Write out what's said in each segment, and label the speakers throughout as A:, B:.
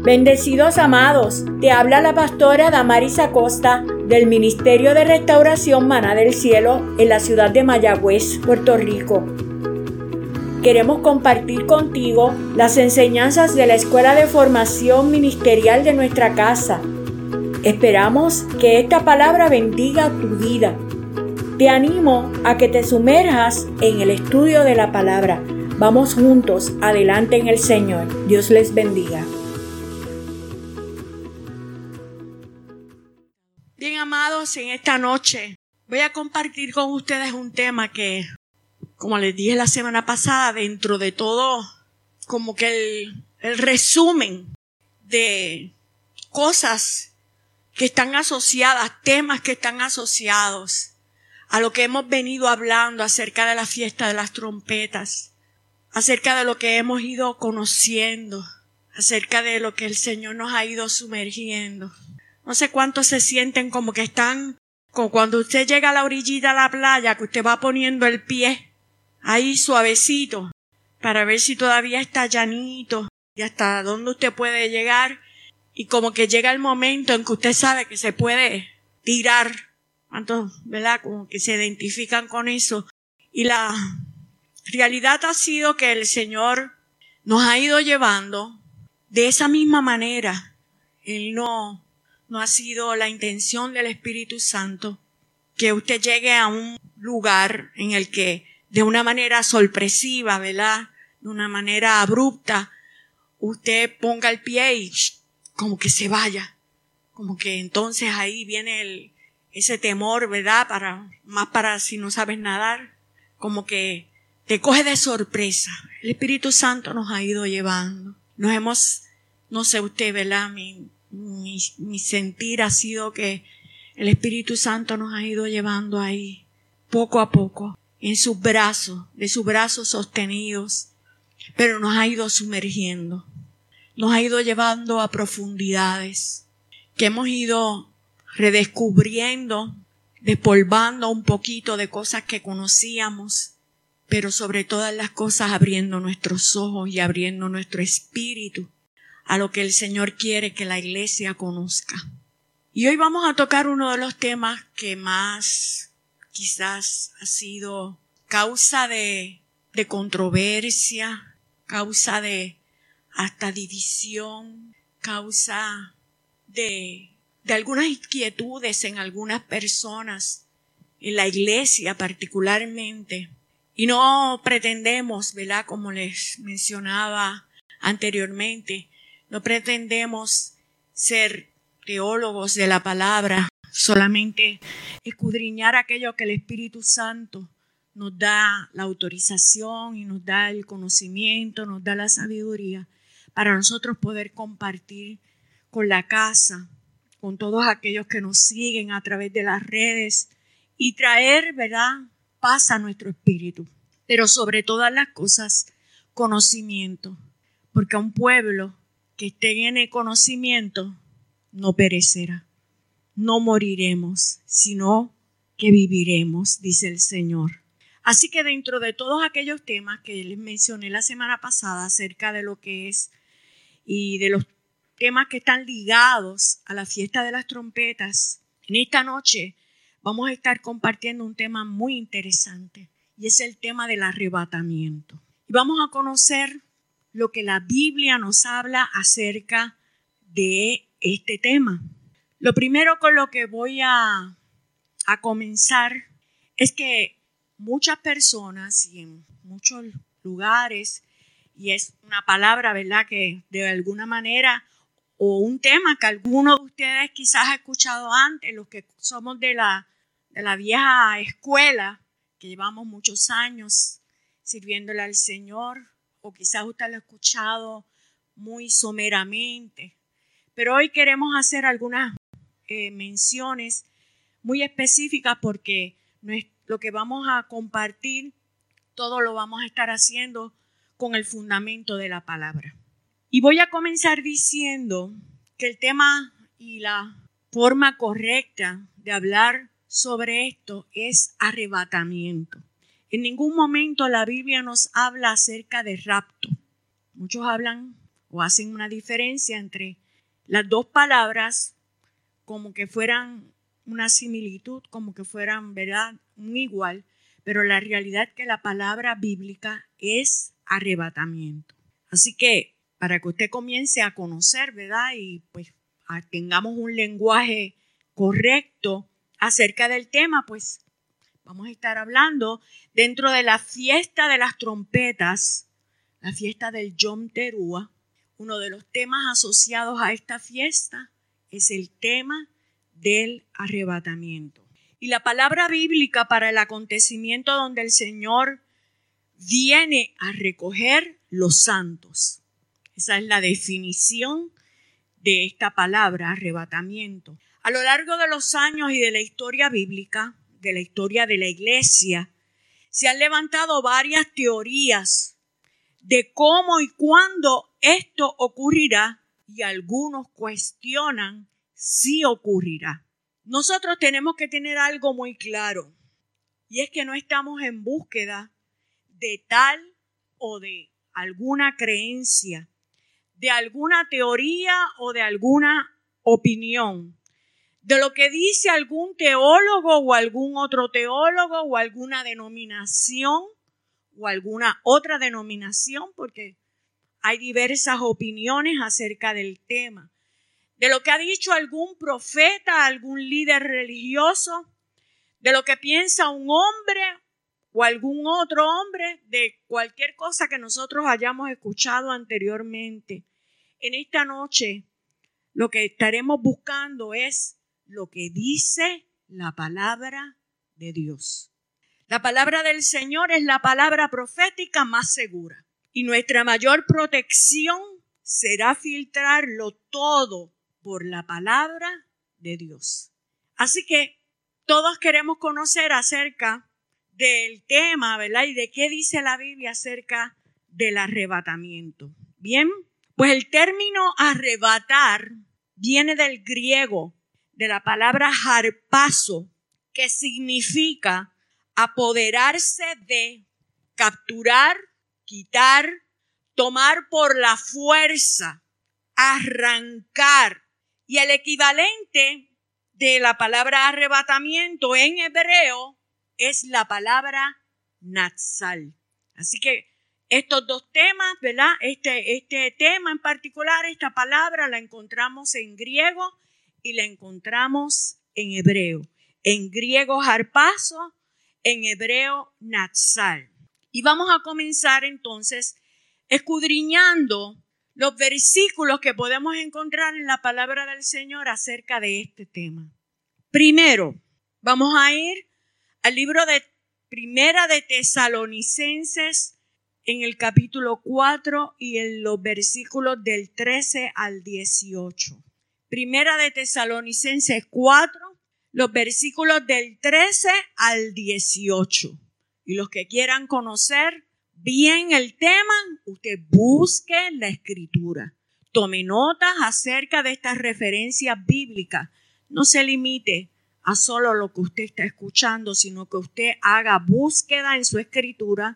A: Bendecidos amados, te habla la pastora Damaris Acosta del Ministerio de Restauración Maná del Cielo en la ciudad de Mayagüez, Puerto Rico. Queremos compartir contigo las enseñanzas de la Escuela de Formación Ministerial de nuestra casa. Esperamos que esta palabra bendiga tu vida. Te animo a que te sumerjas en el estudio de la palabra. Vamos juntos adelante en el Señor. Dios les bendiga. Bien, amados, en esta noche voy a compartir con ustedes un tema que, como les dije la semana pasada, dentro de todo, como que el resumen de cosas que están asociadas, temas que están asociados a lo que hemos venido hablando acerca de la fiesta de las trompetas, acerca de lo que hemos ido conociendo, acerca de lo que el Señor nos ha ido sumergiendo. No sé cuántos se sienten como que están, como cuando usted llega a la orillita de la playa, que usted va poniendo el pie ahí suavecito para ver si todavía está llanito y hasta dónde usted puede llegar, y como que llega el momento en que usted sabe que se puede tirar. ¿Cuántos, verdad? Como que se identifican con eso. Y la realidad ha sido que el Señor nos ha ido llevando de esa misma manera. Él no ha sido la intención del Espíritu Santo que usted llegue a un lugar en el que de una manera sorpresiva, ¿verdad? De una manera abrupta, usted ponga el pie y como que se vaya. Como que entonces ahí viene ese temor, ¿verdad? Más para si no sabes nadar. Como que te coge de sorpresa. El Espíritu Santo nos ha ido llevando. No sé usted, ¿verdad? Mi sentir ha sido que el Espíritu Santo nos ha ido llevando ahí, poco a poco, en sus brazos, de sus brazos sostenidos, pero nos ha ido sumergiendo, nos ha ido llevando a profundidades que hemos ido redescubriendo, despolvando un poquito de cosas que conocíamos, pero sobre todas las cosas abriendo nuestros ojos y abriendo nuestro espíritu a lo que el Señor quiere que la iglesia conozca. Y hoy vamos a tocar uno de los temas que más quizás ha sido causa de controversia, causa de hasta división, causa de algunas inquietudes en algunas personas, en la iglesia particularmente. Y no pretendemos, ¿verdad? Como les mencionaba anteriormente, no pretendemos ser teólogos de la palabra, solamente escudriñar aquello que el Espíritu Santo nos da la autorización y nos da el conocimiento, nos da la sabiduría para nosotros poder compartir con la casa, con todos aquellos que nos siguen a través de las redes y traer, ¿verdad?, paz a nuestro espíritu. Pero sobre todas las cosas, conocimiento, porque a un pueblo que esté en el conocimiento no perecerá, no moriremos, sino que viviremos, dice el Señor. Así que dentro de todos aquellos temas que les mencioné la semana pasada acerca de lo que es y de los temas que están ligados a la fiesta de las trompetas, en esta noche vamos a estar compartiendo un tema muy interesante y es el tema del arrebatamiento. Y vamos a conocer lo que la Biblia nos habla acerca de este tema. Lo primero con lo que voy a comenzar es que muchas personas y en muchos lugares, y es una palabra, ¿verdad?, que de alguna manera, o un tema que algunos de ustedes quizás han escuchado antes, los que somos de la vieja escuela, que llevamos muchos años sirviéndole al Señor, o quizás usted lo ha escuchado muy someramente. Pero hoy queremos hacer algunas menciones muy específicas porque lo que vamos a compartir, todo lo vamos a estar haciendo con el fundamento de la palabra. Y voy a comenzar diciendo que el tema y la forma correcta de hablar sobre esto es arrebatamiento. En ningún momento la Biblia nos habla acerca de rapto. Muchos hablan o hacen una diferencia entre las dos palabras como que fueran una similitud, como que fueran, ¿verdad?, un igual, pero la realidad es que la palabra bíblica es arrebatamiento. Así que para que usted comience a conocer, ¿verdad?, y pues tengamos un lenguaje correcto acerca del tema, pues vamos a estar hablando dentro de la fiesta de las trompetas, la fiesta del Yom Teruah. Uno de los temas asociados a esta fiesta es el tema del arrebatamiento. Y la palabra bíblica para el acontecimiento donde el Señor viene a recoger los santos. Esa es la definición de esta palabra, arrebatamiento. A lo largo de los años y de la historia bíblica, de la historia de la iglesia, se han levantado varias teorías de cómo y cuándo esto ocurrirá, y algunos cuestionan si ocurrirá. Nosotros tenemos que tener algo muy claro, y es que no estamos en búsqueda de tal o de alguna creencia, de alguna teoría o de alguna opinión, de lo que dice algún teólogo o algún otro teólogo o alguna denominación o alguna otra denominación, porque hay diversas opiniones acerca del tema, de lo que ha dicho algún profeta, algún líder religioso, de lo que piensa un hombre o algún otro hombre, de cualquier cosa que nosotros hayamos escuchado anteriormente. En esta noche lo que estaremos buscando es lo que dice la palabra de Dios. La palabra del Señor es la palabra profética más segura. Y nuestra mayor protección será filtrarlo todo por la palabra de Dios. Así que todos queremos conocer acerca del tema, ¿verdad? Y de qué dice la Biblia acerca del arrebatamiento. Bien, pues el término arrebatar viene del griego, de la palabra harpazo, que significa apoderarse de, capturar, quitar, tomar por la fuerza, arrancar. Y el equivalente de la palabra arrebatamiento en hebreo es la palabra natsal. Así que estos dos temas, ¿verdad? Este tema en particular, esta palabra la encontramos en griego y la encontramos en hebreo. En griego harpazo, en hebreo natsal. Y vamos a comenzar entonces escudriñando los versículos que podemos encontrar en la palabra del Señor acerca de este tema. Primero, vamos a ir al libro de Primera de Tesalonicenses en el capítulo 4 y en los versículos del 13 al 18. Primera de Tesalonicenses 4, los versículos del 13 al 18. Y los que quieran conocer bien el tema, usted busque la escritura. Tome notas acerca de estas referencias bíblicas. No se limite a solo lo que usted está escuchando, sino que usted haga búsqueda en su escritura,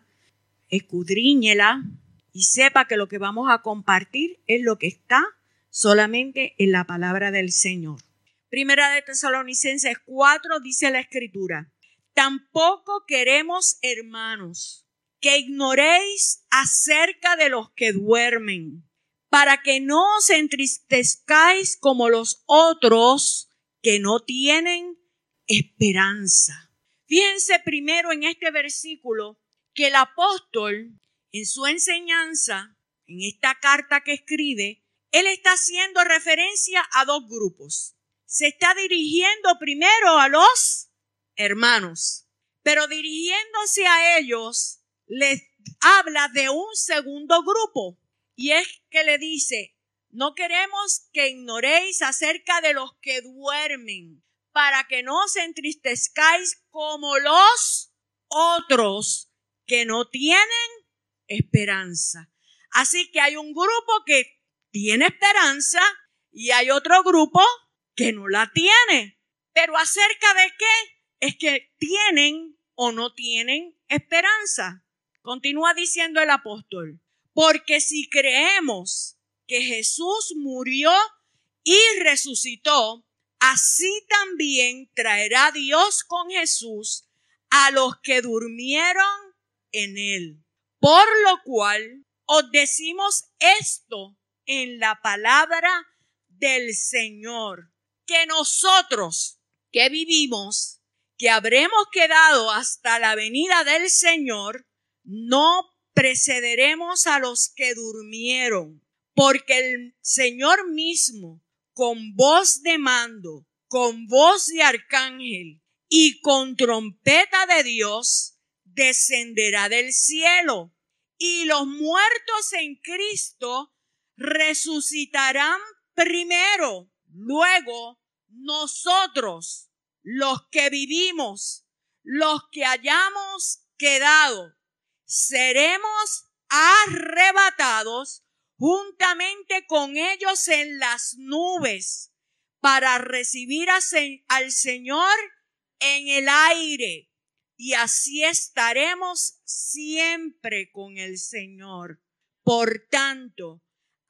A: escudriñela y sepa que lo que vamos a compartir es lo que está solamente en la palabra del Señor. Primera de Tesalonicenses 4 dice la escritura: tampoco queremos, hermanos, que ignoréis acerca de los que duermen, para que no os entristezcáis como los otros que no tienen esperanza. Fíjense primero en este versículo que el apóstol, en su enseñanza, en esta carta que escribe, él está haciendo referencia a dos grupos. Se está dirigiendo primero a los hermanos, pero dirigiéndose a ellos, les habla de un segundo grupo. Y es que le dice: no queremos que ignoréis acerca de los que duermen, para que no os entristezcáis como los otros que no tienen esperanza. Así que hay un grupo que tiene esperanza y hay otro grupo que no la tiene. Pero ¿acerca de qué es que tienen o no tienen esperanza? Continúa diciendo el apóstol: porque si creemos que Jesús murió y resucitó, así también traerá Dios con Jesús a los que durmieron en él. Por lo cual os decimos esto en la palabra del Señor, que nosotros que vivimos, que habremos quedado hasta la venida del Señor, no precederemos a los que durmieron, porque el Señor mismo, con voz de mando, con voz de arcángel y con trompeta de Dios, descenderá del cielo, y los muertos en Cristo resucitarán primero. Luego, nosotros, los que vivimos, los que hayamos quedado, seremos arrebatados juntamente con ellos en las nubes para recibir al Señor en el aire, y así estaremos siempre con el Señor. Por tanto,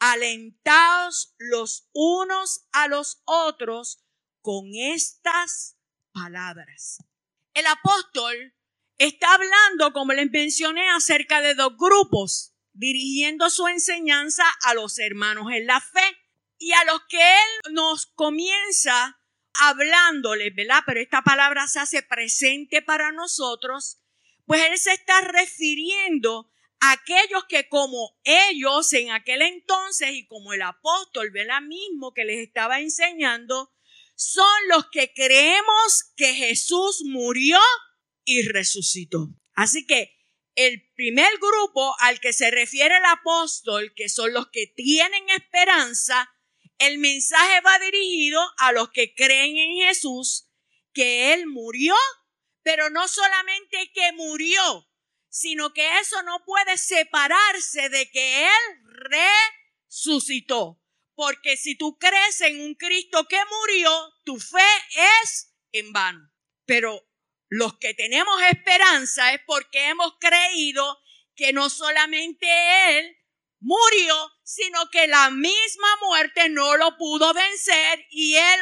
A: alentaos los unos a los otros con estas palabras. El apóstol está hablando, como les mencioné, acerca de dos grupos, dirigiendo su enseñanza a los hermanos en la fe y a los que él nos comienza hablándoles, ¿verdad? Pero esta palabra se hace presente para nosotros, pues él se está refiriendo a aquellos que como ellos en aquel entonces y como el apóstol, ¿verdad? Mismo que les estaba enseñando, son los que creemos que Jesús murió y resucitó. Así que el primer grupo al que se refiere el apóstol, que son los que tienen esperanza, el mensaje va dirigido a los que creen en Jesús, que Él murió, pero no solamente que murió, sino que eso no puede separarse de que Él resucitó. Porque si tú crees en un Cristo que murió, tu fe es en vano. Pero los que tenemos esperanza es porque hemos creído que no solamente Él murió, sino que la misma muerte no lo pudo vencer y Él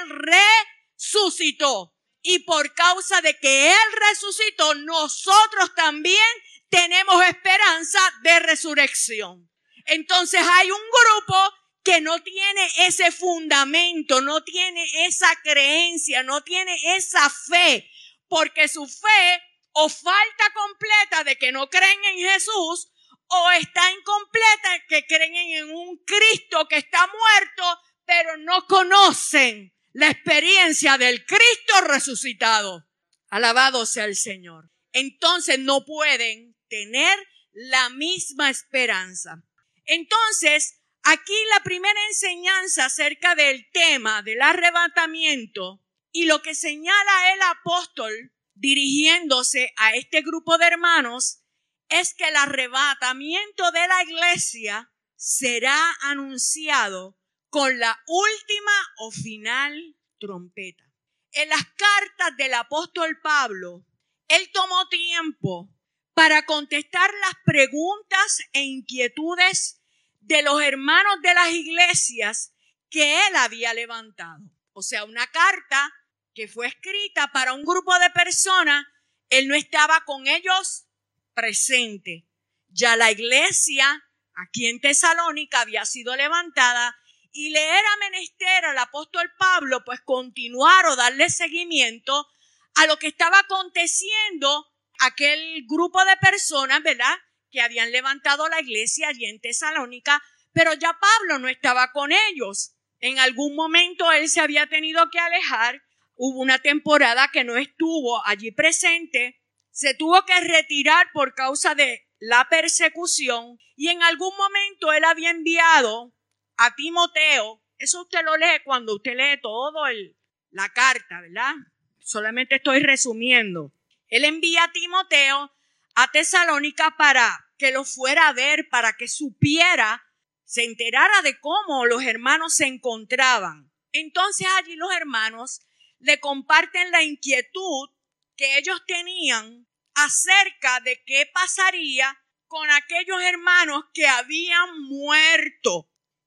A: resucitó. Y por causa de que Él resucitó, nosotros también tenemos esperanza de resurrección. Entonces hay un grupo que no tiene ese fundamento, no tiene esa creencia, no tiene esa fe, porque su fe o falta completa de que no creen en Jesús, o está incompleta que creen en un Cristo que está muerto, pero no conocen la experiencia del Cristo resucitado. Alabado sea el Señor. Entonces no pueden tener la misma esperanza. Entonces, aquí la primera enseñanza acerca del tema del arrebatamiento y lo que señala el apóstol dirigiéndose a este grupo de hermanos es que el arrebatamiento de la iglesia será anunciado con la última o final trompeta. En las cartas del apóstol Pablo, él tomó tiempo para contestar las preguntas e inquietudes de los hermanos de las iglesias que él había levantado. O sea, una carta que fue escrita para un grupo de personas, él no estaba con ellos presente. Ya la iglesia aquí en Tesalónica había sido levantada y le era menester al apóstol Pablo pues continuar o darle seguimiento a lo que estaba aconteciendo aquel grupo de personas, ¿verdad?, que habían levantado la iglesia allí en Tesalónica, pero ya Pablo no estaba con ellos. En algún momento él se había tenido que alejar, hubo una temporada que no estuvo allí presente, se tuvo que retirar por causa de la persecución y en algún momento él había enviado a Timoteo, eso usted lo lee cuando usted lee todo la carta, ¿verdad? Solamente estoy resumiendo. Él envía a Timoteo a Tesalónica para que lo fuera a ver, para que supiera, se enterara de cómo los hermanos se encontraban. Entonces allí los hermanos le comparten la inquietud que ellos tenían acerca de qué pasaría con aquellos hermanos que habían muerto.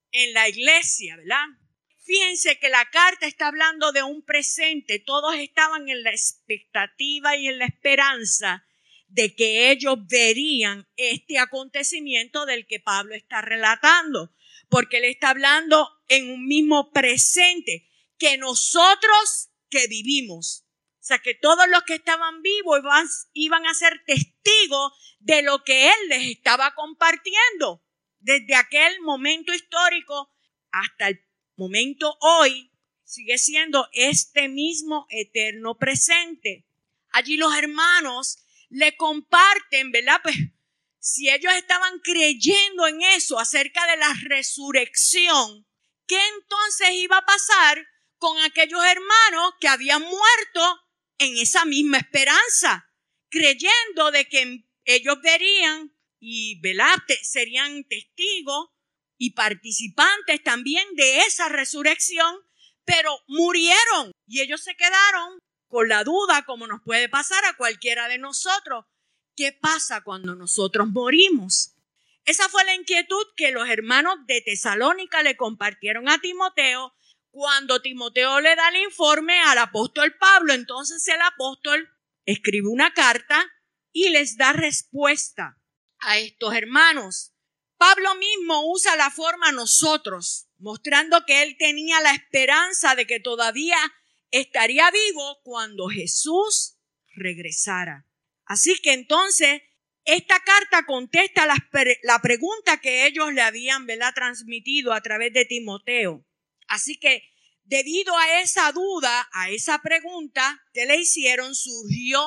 A: en la iglesia, ¿verdad? Fíjense que la carta está hablando de un presente. Todos estaban en la expectativa y en la esperanza de que ellos verían este acontecimiento del que Pablo está relatando, porque él está hablando en un mismo presente que nosotros que vivimos. O sea, que todos los que estaban vivos iban a ser testigos de lo que él les estaba compartiendo. Desde aquel momento histórico hasta el momento hoy, sigue siendo este mismo eterno presente. Allí los hermanos le comparten, ¿verdad? Pues si ellos estaban creyendo en eso acerca de la resurrección, ¿qué entonces iba a pasar con aquellos hermanos que habían muerto en esa misma esperanza, creyendo de que ellos verían y, ¿verdad?, serían testigos y participantes también de esa resurrección, pero murieron y ellos se quedaron con la duda, como nos puede pasar a cualquiera de nosotros. ¿Qué pasa cuando nosotros morimos? Esa fue la inquietud que los hermanos de Tesalónica le compartieron a Timoteo. Cuando Timoteo le da el informe al apóstol Pablo, entonces el apóstol escribe una carta y les da respuesta a estos hermanos. Pablo mismo usa la forma nosotros, mostrando que él tenía la esperanza de que todavía estaría vivo cuando Jesús regresara. Así que entonces esta carta contesta la pregunta que ellos le habían, ¿verdad?, transmitido a través de Timoteo. Así que debido a esa duda, a esa pregunta que le hicieron, surgió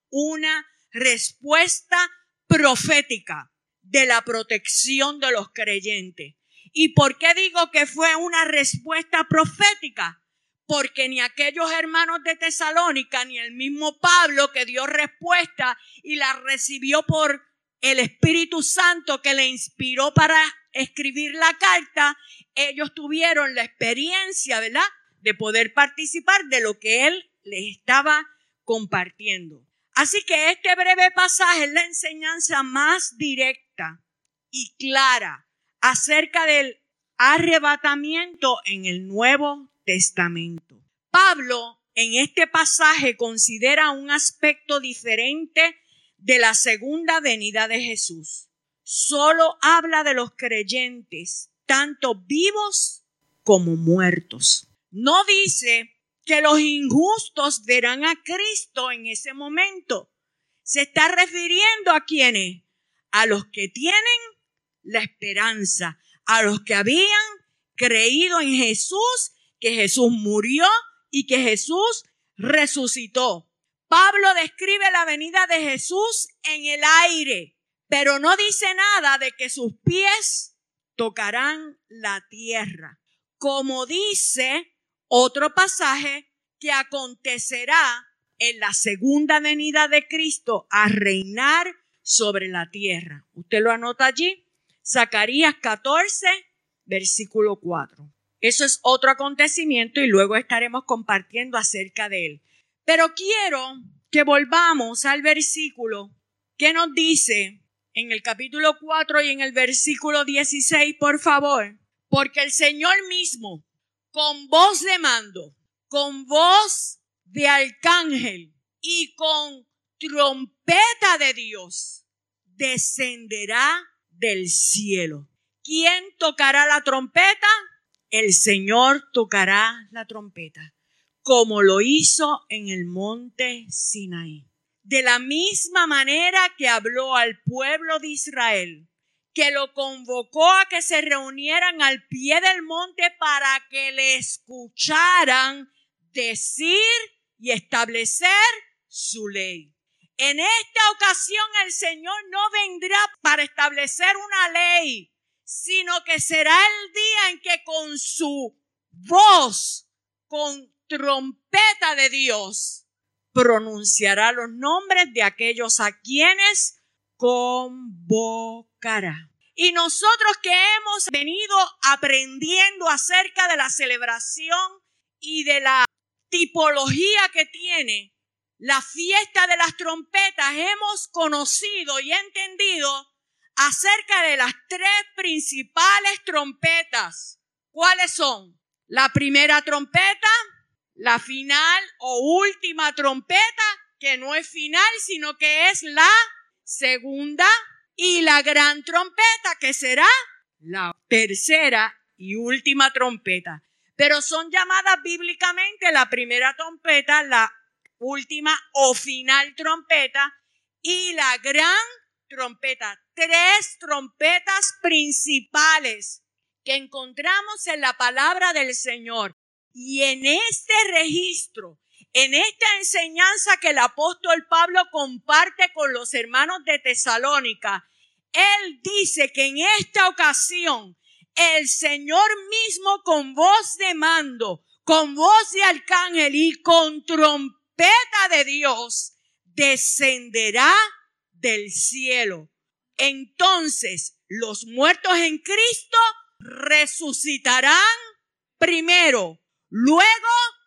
A: una respuesta profética de la protección de los creyentes. ¿Y por qué digo que fue una respuesta profética? Porque ni aquellos hermanos de Tesalónica, ni el mismo Pablo que dio respuesta y la recibió por el Espíritu Santo que le inspiró para escribir la carta, ellos tuvieron la experiencia, ¿verdad?, de poder participar de lo que él les estaba compartiendo. Así que este breve pasaje es la enseñanza más directa y clara acerca del arrebatamiento en el Nuevo Testamento. Pablo en este pasaje considera un aspecto diferente de la segunda venida de Jesús. Solo habla de los creyentes, tanto vivos como muertos. No dice que los injustos verán a Cristo en ese momento. Se está refiriendo a ¿quiénes? A los que tienen la esperanza, a los que habían creído en Jesús, que Jesús murió y que Jesús resucitó. Pablo describe la venida de Jesús en el aire, pero no dice nada de que sus pies tocarán la tierra. Como dice otro pasaje que acontecerá en la segunda venida de Cristo a reinar sobre la tierra. Usted lo anota allí, Zacarías 14, versículo 4. Eso es otro acontecimiento y luego estaremos compartiendo acerca de él. Pero quiero que volvamos al versículo que nos dice en el capítulo 4 y en el versículo 16, por favor. Porque el Señor mismo, con voz de mando, con voz de arcángel y con trompeta de Dios, descenderá del cielo. ¿Quién tocará la trompeta? El Señor tocará la trompeta, como lo hizo en el monte Sinaí. De la misma manera que habló al pueblo de Israel, que lo convocó a que se reunieran al pie del monte para que le escucharan decir y establecer su ley. En esta ocasión el Señor no vendrá para establecer una ley, sino que será el día en que con su voz, con trompeta de Dios, pronunciará los nombres de aquellos a quienes convocará. Y nosotros que hemos venido aprendiendo acerca de la celebración y de la tipología que tiene la fiesta de las trompetas, hemos conocido y entendido acerca de las 3 principales trompetas. ¿Cuáles son? La primera trompeta, la final o última trompeta, que no es final, sino que es la segunda, y la gran trompeta, que será la tercera y última trompeta. Pero son llamadas bíblicamente la primera trompeta, la última o final trompeta y la gran trompeta. 3 trompetas principales que encontramos en la palabra del Señor. Y en este registro, en esta enseñanza que el apóstol Pablo comparte con los hermanos de Tesalónica, él dice que en esta ocasión el Señor mismo con voz de mando, con voz de arcángel y con trompeta de Dios descenderá del cielo. Entonces los muertos en Cristo resucitarán primero. Luego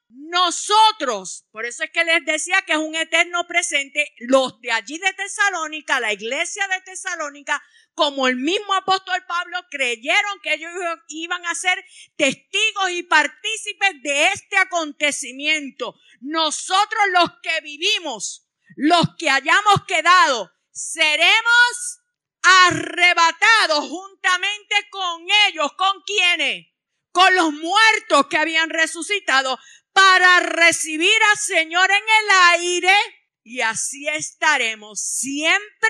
A: nosotros, por eso es que les decía que es un eterno presente, los de allí de Tesalónica, la iglesia de Tesalónica, como el mismo apóstol Pablo, creyeron que ellos iban a ser testigos y partícipes de este acontecimiento. Nosotros los que vivimos, los que hayamos quedado, seremos arrebatados juntamente con ellos. ¿Con quiénes? Con los muertos que habían resucitado para recibir al Señor en el aire, y así estaremos siempre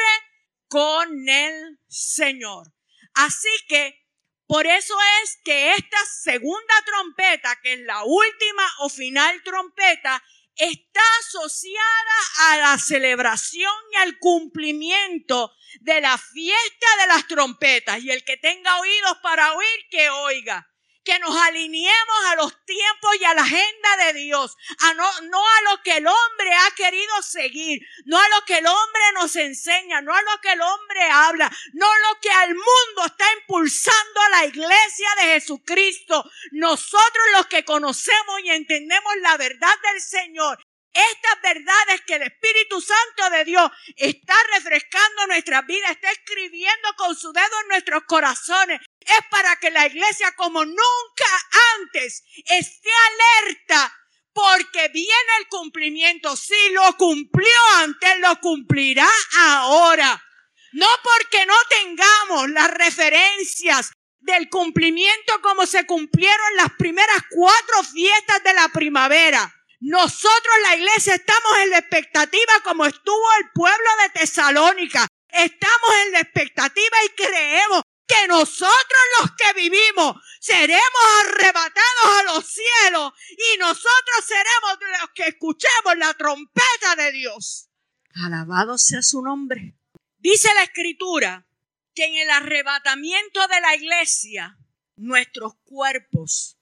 A: con el Señor. Así que por eso es que esta segunda trompeta, que es la última o final trompeta, está asociada a la celebración y al cumplimiento de la fiesta de las trompetas. Y el que tenga oídos para oír, que oiga. Que nos alineemos a los tiempos y a la agenda de Dios, no a lo que el hombre ha querido seguir, no a lo que el hombre nos enseña, no a lo que el hombre habla, no a lo que al mundo está impulsando a la iglesia de Jesucristo. Nosotros los que conocemos y entendemos la verdad del Señor, estas verdades que el Espíritu Santo de Dios está refrescando nuestras vidas, está escribiendo con su dedo en nuestros corazones, es para que la iglesia como nunca antes esté alerta, porque viene el cumplimiento. Si lo cumplió antes, lo cumplirá ahora. No porque no tengamos las referencias del cumplimiento como se cumplieron las primeras 4 fiestas de la primavera. Nosotros, la iglesia, estamos en la expectativa como estuvo el pueblo de Tesalónica. Estamos en la expectativa y creemos que nosotros los que vivimos seremos arrebatados a los cielos y nosotros seremos los que escuchemos la trompeta de Dios. Alabado sea su nombre. Dice la Escritura que en el arrebatamiento de la iglesia nuestros cuerpos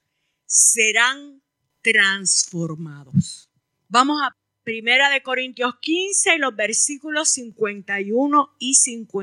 A: serán transformados. Vamos a 1 Corintios 15 y los versículos 51 y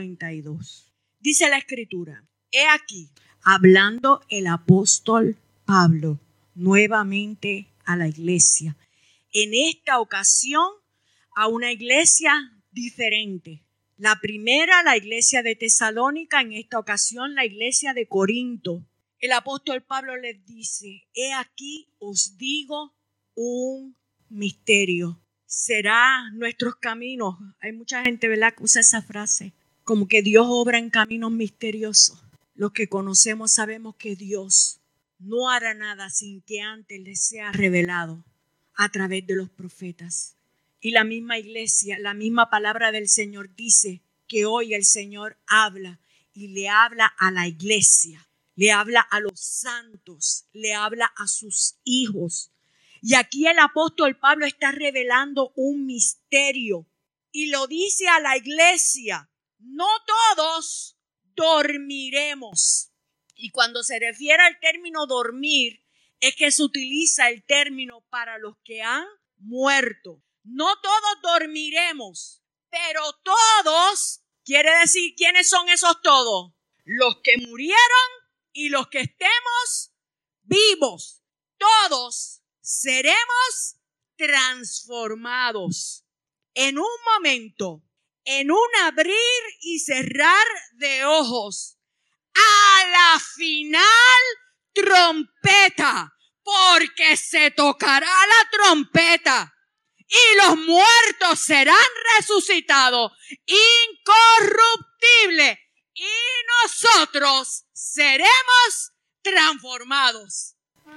A: 52. Dice la Escritura: he aquí, hablando el apóstol Pablo nuevamente a la iglesia, en esta ocasión a una iglesia diferente. La primera, la iglesia de Tesalónica, en esta ocasión la iglesia de Corinto. El apóstol Pablo les dice: he aquí os digo un misterio. Será nuestros caminos. Hay mucha gente, ¿verdad?, que usa esa frase, como que Dios obra en caminos misteriosos. Los que conocemos sabemos que Dios no hará nada sin que antes le sea revelado a través de los profetas. Y la misma iglesia, la misma palabra del Señor dice que hoy el Señor habla y le habla a la iglesia. Le habla a los santos, le habla a sus hijos. Y aquí el apóstol Pablo está revelando un misterio y lo dice a la iglesia: no todos dormiremos. Y cuando se refiere al término dormir, es que se utiliza el término para los que han muerto. No todos dormiremos, pero todos, quiere decir, ¿quiénes son esos todos? Los que murieron y los que estemos vivos, todos seremos transformados en un momento, en un abrir y cerrar de ojos. A la final trompeta, porque se tocará la trompeta y los muertos serán resucitados, incorruptibles, y nosotros seremos transformados.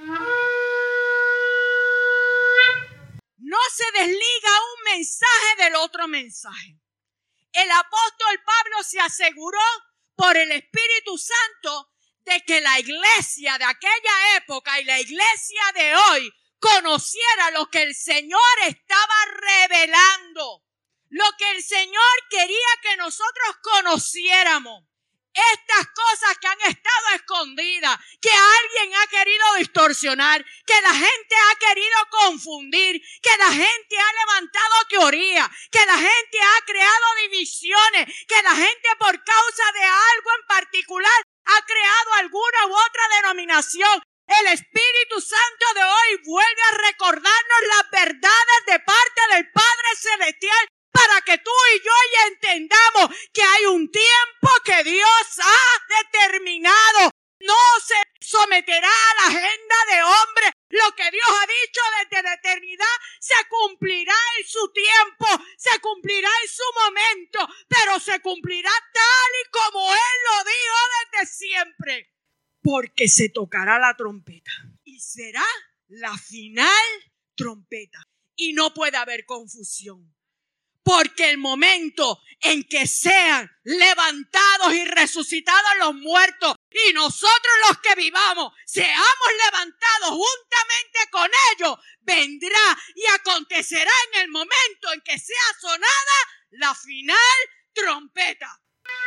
A: No se desliga un mensaje del otro mensaje. El apóstol Pablo se aseguró por el Espíritu Santo de que la iglesia de aquella época y la iglesia de hoy conociera lo que el Señor estaba revelando, lo que el Señor quería que nosotros conociéramos. Estas cosas que han estado escondidas, que alguien ha querido distorsionar, que la gente ha querido confundir, que la gente ha levantado teorías, que la gente ha creado divisiones, que la gente por causa de algo en particular ha creado alguna u otra denominación. El Espíritu Santo de hoy vuelve a recordarnos las verdades de parte del Padre Celestial para que tú y yo ya entendamos que hay un tiempo que Dios ha determinado. No se someterá a la agenda de hombre. Lo que Dios ha dicho desde la eternidad se cumplirá en su tiempo, se cumplirá en su momento, pero se cumplirá tal y como Él lo dijo desde siempre. Porque se tocará la trompeta y será la final trompeta. Y no puede haber confusión. Porque el momento en que sean levantados y resucitados los muertos y nosotros los que vivamos seamos levantados juntamente con ellos, vendrá y acontecerá en el momento en que sea sonada la final trompeta.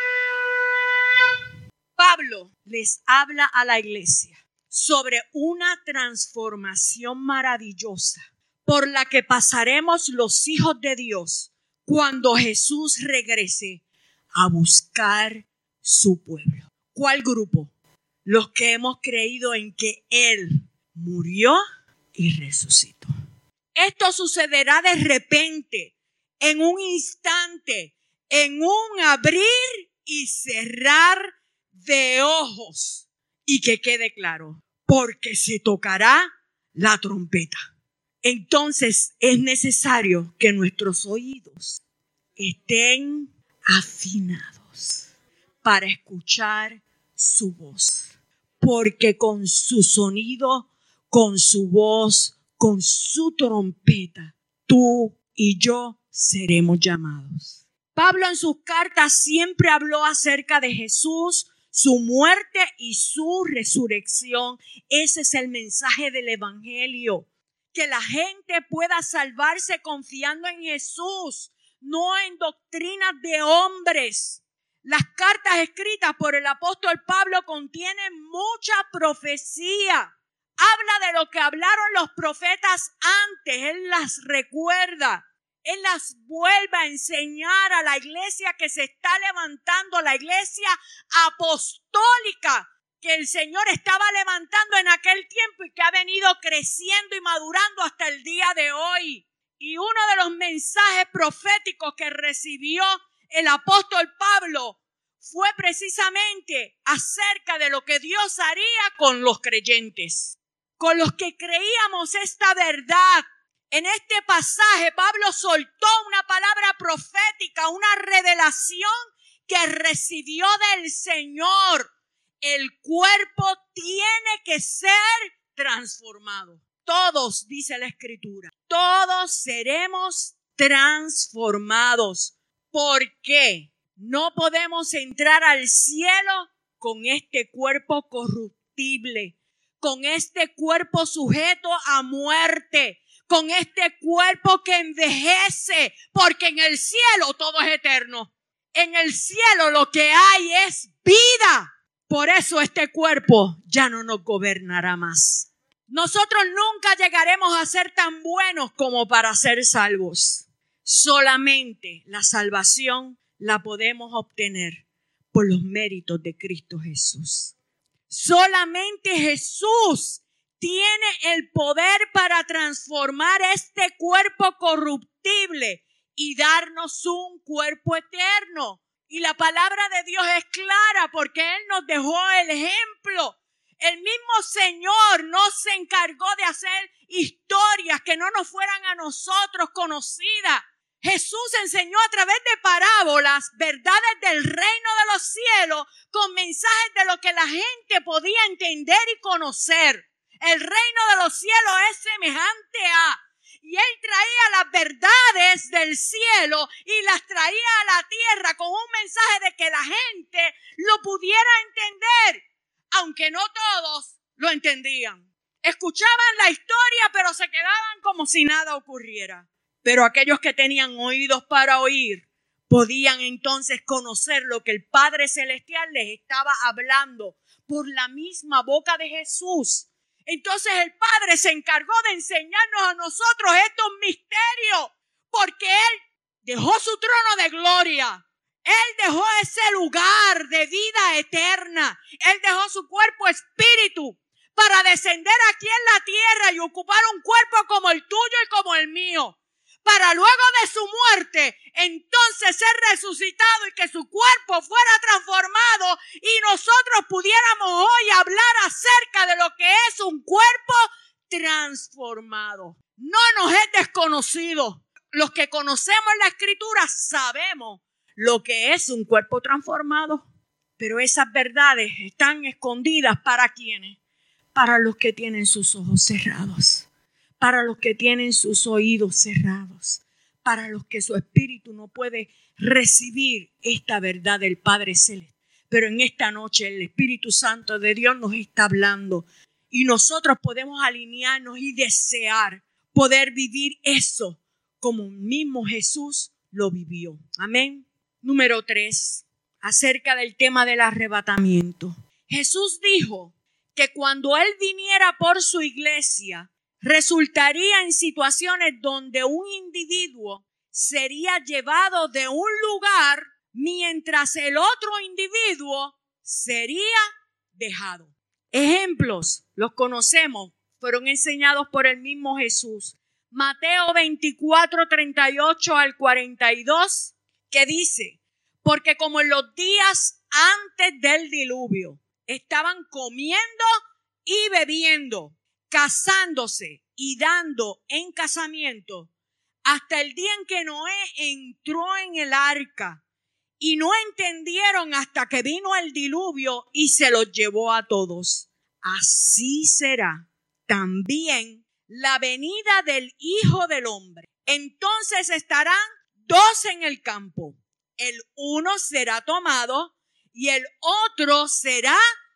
A: Pablo les habla a la iglesia sobre una transformación maravillosa por la que pasaremos los hijos de Dios cuando Jesús regrese a buscar su pueblo. ¿Cuál grupo? Los que hemos creído en que Él murió y resucitó. Esto sucederá de repente, en un instante, en un abrir y cerrar de ojos. Y que quede claro, porque se tocará la trompeta. Entonces es necesario que nuestros oídos estén afinados para escuchar su voz. Porque con su sonido, con su voz, con su trompeta, tú y yo seremos llamados. Pablo en sus cartas siempre habló acerca de Jesús, su muerte y su resurrección. Ese es el mensaje del Evangelio. Que la gente pueda salvarse confiando en Jesús, no en doctrinas de hombres. Las cartas escritas por el apóstol Pablo contienen mucha profecía. Habla de lo que hablaron los profetas antes. Él las recuerda. Él las vuelve a enseñar a la iglesia que se está levantando, la iglesia apostólica que el Señor estaba levantando en aquel tiempo y que ha venido creciendo y madurando hasta el día de hoy. Y uno de los mensajes proféticos que recibió el apóstol Pablo fue precisamente acerca de lo que Dios haría con los creyentes, con los que creíamos esta verdad. En este pasaje Pablo soltó una palabra profética, una revelación que recibió del Señor. El cuerpo tiene que ser transformado. Todos, dice la Escritura, todos seremos transformados. ¿Por qué? No podemos entrar al cielo con este cuerpo corruptible, con este cuerpo sujeto a muerte, con este cuerpo que envejece, porque en el cielo todo es eterno. En el cielo lo que hay es vida. Por eso este cuerpo ya no nos gobernará más. Nosotros nunca llegaremos a ser tan buenos como para ser salvos. Solamente la salvación la podemos obtener por los méritos de Cristo Jesús. Solamente Jesús tiene el poder para transformar este cuerpo corruptible y darnos un cuerpo eterno. Y la palabra de Dios es clara porque Él nos dejó el ejemplo. El mismo Señor nos encargó de hacer historias que no nos fueran a nosotros conocidas. Jesús enseñó a través de parábolas verdades del reino de los cielos con mensajes de lo que la gente podía entender y conocer. El reino de los cielos es semejante a... Y Él traía las verdades del cielo y las traía a la tierra con un mensaje de que la gente lo pudiera entender, aunque no todos lo entendían. Escuchaban la historia, pero se quedaban como si nada ocurriera. Pero aquellos que tenían oídos para oír podían entonces conocer lo que el Padre Celestial les estaba hablando por la misma boca de Jesús. Entonces el Padre se encargó de enseñarnos a nosotros estos misterios, porque Él dejó su trono de gloria. Él dejó ese lugar de vida eterna. Él dejó su cuerpo espíritu para descender aquí en la tierra y ocupar un cuerpo como el tuyo y como el mío. Para luego de su muerte, entonces ser resucitado y que su cuerpo fuera transformado y nosotros pudiéramos hoy hablar acerca de lo que es un cuerpo transformado. No nos es desconocido. Los que conocemos la Escritura sabemos lo que es un cuerpo transformado. Pero esas verdades están escondidas ¿para quiénes? Para los que tienen sus ojos cerrados. Para los que tienen sus oídos cerrados, para los que su espíritu no puede recibir esta verdad del Padre Celestial. Pero en esta noche el Espíritu Santo de Dios nos está hablando y nosotros podemos alinearnos y desear poder vivir eso como mismo Jesús lo vivió. Amén. Número 3, acerca del tema del arrebatamiento. Jesús dijo que cuando Él viniera por su iglesia, resultaría en situaciones donde un individuo sería llevado de un lugar mientras el otro individuo sería dejado. Ejemplos, los conocemos, fueron enseñados por el mismo Jesús. Mateo 24, 38 al 42, que dice, porque como en los días antes del diluvio, estaban comiendo y bebiendo, casándose y dando en casamiento hasta el día en que Noé entró en el arca y no entendieron hasta que vino el diluvio y se los llevó a todos. Así será también la venida del Hijo del Hombre. Entonces estarán dos en el campo. El uno será tomado y el otro será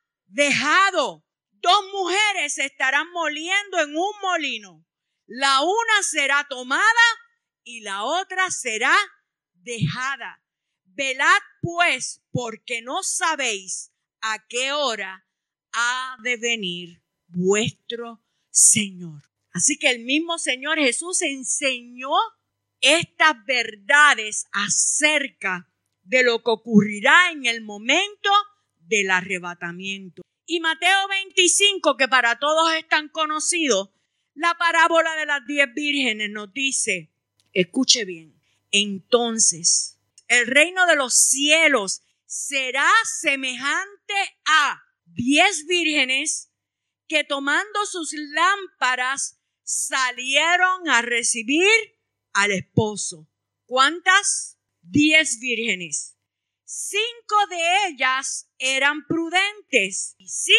A: dejado. Dos mujeres se estarán moliendo en un molino. La una será tomada y la otra será dejada. Velad pues, porque no sabéis a qué hora ha de venir vuestro Señor. Así que el mismo Señor Jesús enseñó estas verdades acerca de lo que ocurrirá en el momento del arrebatamiento. Y Mateo 25, que para todos es tan conocido, la parábola de las 10 vírgenes nos dice, escuche bien, entonces el reino de los cielos será semejante a 10 vírgenes que tomando sus lámparas salieron a recibir al esposo. ¿Cuántas? 10 vírgenes. 5 de ellas eran prudentes y 5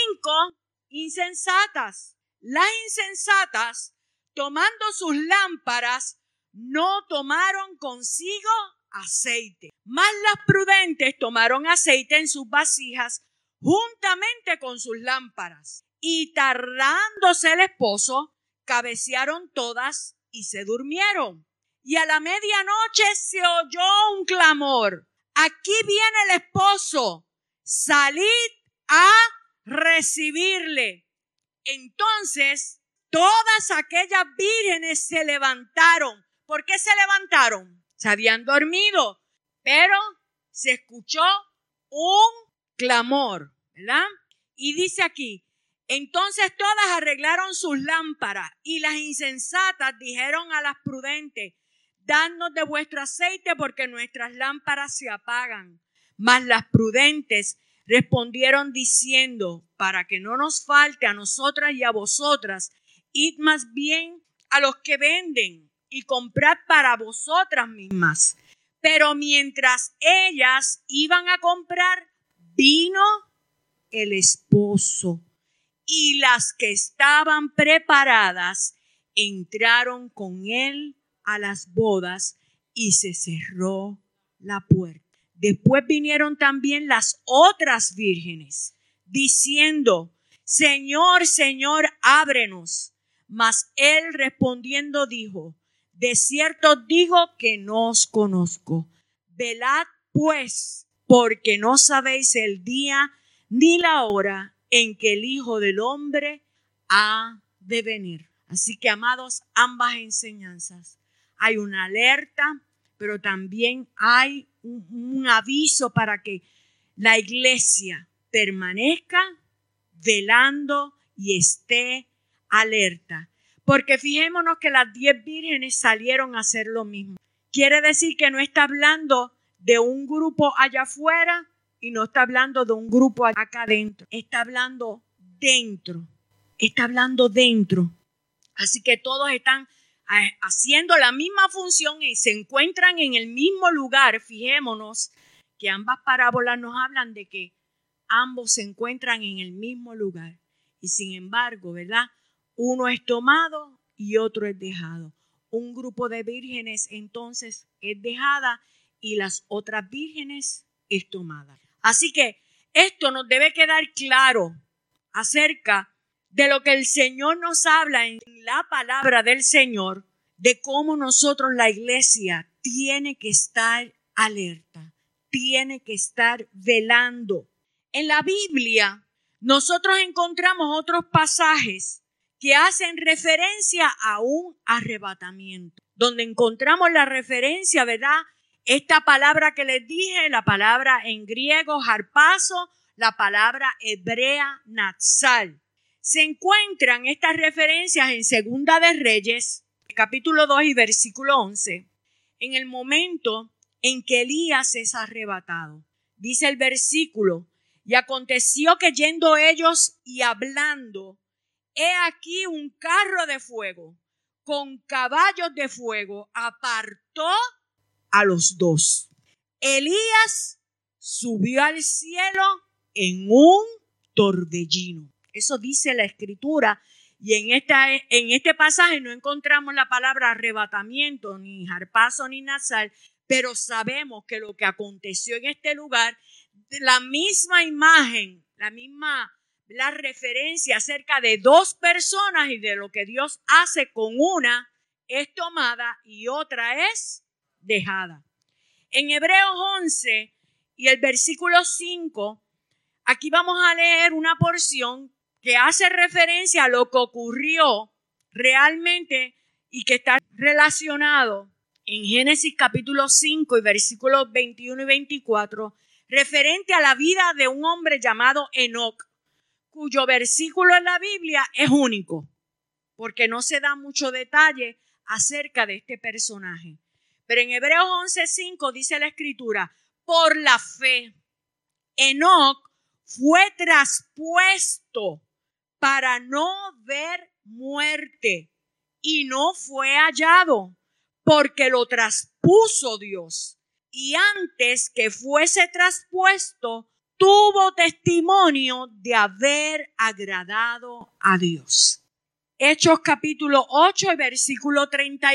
A: insensatas. Las insensatas, tomando sus lámparas, no tomaron consigo aceite. Mas las prudentes tomaron aceite en sus vasijas juntamente con sus lámparas. Y tardándose el esposo, cabecearon todas y se durmieron. Y a la medianoche se oyó un clamor. Aquí viene el esposo, salid a recibirle. Entonces, todas aquellas vírgenes se levantaron. ¿Por qué se levantaron? Se habían dormido, pero se escuchó un clamor, ¿verdad? Y dice aquí, entonces todas arreglaron sus lámparas y las insensatas dijeron a las prudentes, dadnos de vuestro aceite porque nuestras lámparas se apagan. Mas las prudentes respondieron diciendo, para que no nos falte a nosotras y a vosotras, id más bien a los que venden y comprad para vosotras mismas. Pero mientras ellas iban a comprar, vino el esposo, y las que estaban preparadas entraron con él a las bodas y se cerró la puerta. Después vinieron también las otras vírgenes, diciendo, Señor, Señor, ábrenos. Mas él respondiendo dijo, de cierto os digo que no os conozco. Velad pues, porque no sabéis el día ni la hora en que el Hijo del Hombre ha de venir. Así que, amados, ambas enseñanzas. Hay una alerta, pero también hay un aviso para que la iglesia permanezca velando y esté alerta. Porque fijémonos que las 10 vírgenes salieron a hacer lo mismo. Quiere decir que no está hablando de un grupo allá afuera y no está hablando de un grupo acá adentro. Está hablando dentro. Está hablando dentro. Así que todos están haciendo la misma función y se encuentran en el mismo lugar. Fijémonos que ambas parábolas nos hablan de que ambos se encuentran en el mismo lugar. Y sin embargo, ¿verdad? Uno es tomado y otro es dejado. Un grupo de vírgenes entonces es dejada y las otras vírgenes es tomada. Así que esto nos debe quedar claro acerca de lo que el Señor nos habla en la palabra del Señor, de cómo nosotros, la iglesia, tiene que estar alerta, tiene que estar velando. En la Biblia, nosotros encontramos otros pasajes que hacen referencia a un arrebatamiento, donde encontramos la referencia, ¿verdad? Esta palabra que les dije, la palabra en griego, harpazo, la palabra hebrea, natsal. Se encuentran estas referencias en Segunda de Reyes, capítulo 2 y versículo 11, en el momento en que Elías es arrebatado. Dice el versículo, y aconteció que yendo ellos y hablando, he aquí un carro de fuego con caballos de fuego apartó a los dos. Elías subió al cielo en un torbellino. Eso dice la Escritura. Y en este pasaje no encontramos la palabra arrebatamiento, ni harpazo, ni nasal, pero sabemos que lo que aconteció en este lugar, la misma imagen, la referencia acerca de dos personas y de lo que Dios hace con una es tomada y otra es dejada. En Hebreos 11 y el versículo 5, aquí vamos a leer una porción que hace referencia a lo que ocurrió realmente y que está relacionado en Génesis capítulo 5 y versículos 21 y 24, referente a la vida de un hombre llamado Enoc, cuyo versículo en la Biblia es único, porque no se da mucho detalle acerca de este personaje. Pero en Hebreos 11:5 dice la Escritura, por la fe, Enoc fue traspuesto para no ver muerte y no fue hallado, porque lo traspuso Dios. Y antes que fuese traspuesto, tuvo testimonio de haber agradado a Dios. Hechos capítulo 8 y versículo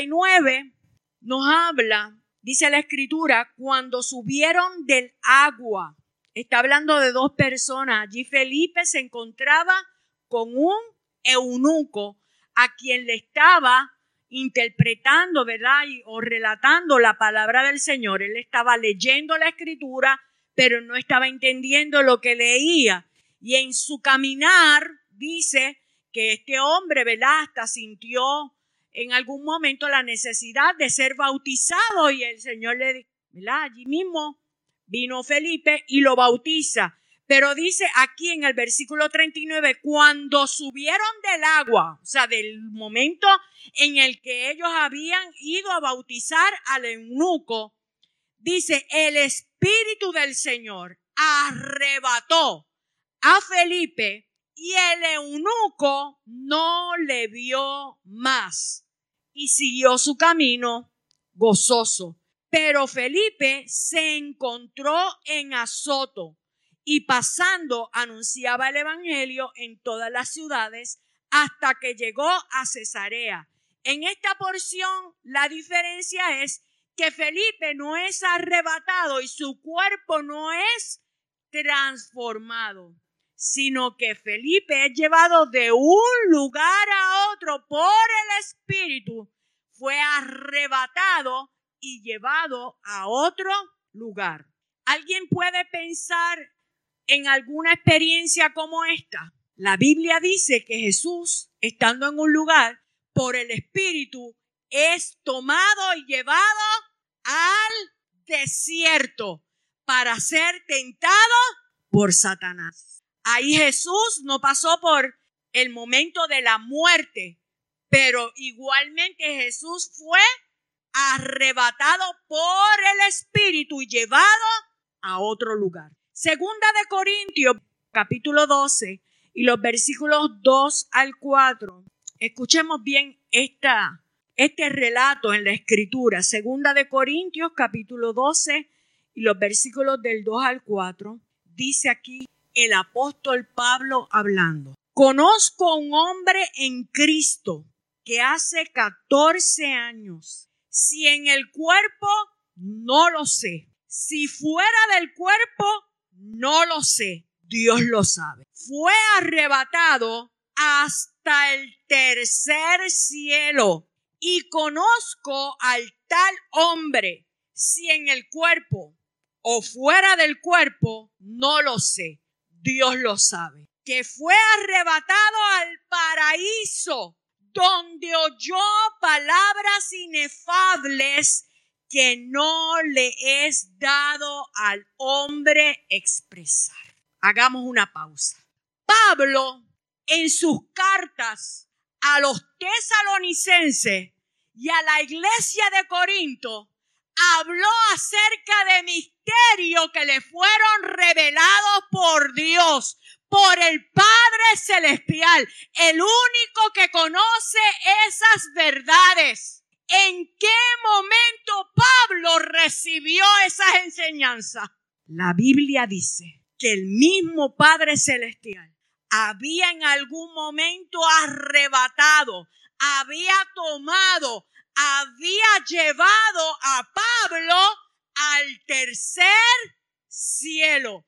A: 39 nos habla, dice la Escritura, cuando subieron del agua. Está hablando de dos personas. Allí Felipe se encontraba con un eunuco a quien le estaba interpretando, ¿verdad? O relatando la palabra del Señor. Él estaba leyendo la Escritura, pero no estaba entendiendo lo que leía. Y en su caminar dice que este hombre, ¿verdad? Hasta sintió en algún momento la necesidad de ser bautizado y el Señor le dijo, ¿verdad? Allí mismo vino Felipe y lo bautiza. Pero dice aquí en el versículo 39, cuando subieron del agua, o sea, del momento en el que ellos habían ido a bautizar al eunuco, dice, el Espíritu del Señor arrebató a Felipe y el eunuco no le vio más y siguió su camino gozoso. Pero Felipe se encontró en Azoto y pasando anunciaba el evangelio en todas las ciudades hasta que llegó a Cesarea. En esta porción la diferencia es que Felipe no es arrebatado y su cuerpo no es transformado, sino que Felipe es llevado de un lugar a otro por el Espíritu, fue arrebatado y llevado a otro lugar. ¿Alguien puede pensar en alguna experiencia como esta? La Biblia dice que Jesús, estando en un lugar por el Espíritu, es tomado y llevado al desierto para ser tentado por Satanás. Ahí Jesús no pasó por el momento de la muerte, pero igualmente Jesús fue arrebatado por el Espíritu y llevado a otro lugar. Segunda de Corintios, capítulo 12 y los versículos 2 al 4. Escuchemos bien este relato en la Escritura. Segunda de Corintios, capítulo 12 y los versículos del 2 al 4. Dice aquí el apóstol Pablo hablando. Conozco a un hombre en Cristo que hace 14 años. Si en el cuerpo, no lo sé. Si fuera del cuerpo, no lo sé. Dios lo sabe. Fue arrebatado hasta el tercer cielo. Y conozco al tal hombre. Si en el cuerpo o fuera del cuerpo, no lo sé. Dios lo sabe. Que fue arrebatado al paraíso, donde oyó palabras inefables que no le es dado al hombre expresar. Hagamos una pausa. Pablo, en sus cartas a los tesalonicenses y a la iglesia de Corinto, habló acerca de misterios que le fueron revelados por Dios, por el Padre Celestial, el único que conoce esas verdades. ¿En qué momento Pablo recibió esas enseñanzas? La Biblia dice que el mismo Padre Celestial había en algún momento arrebatado, había tomado, había llevado a Pablo al tercer cielo,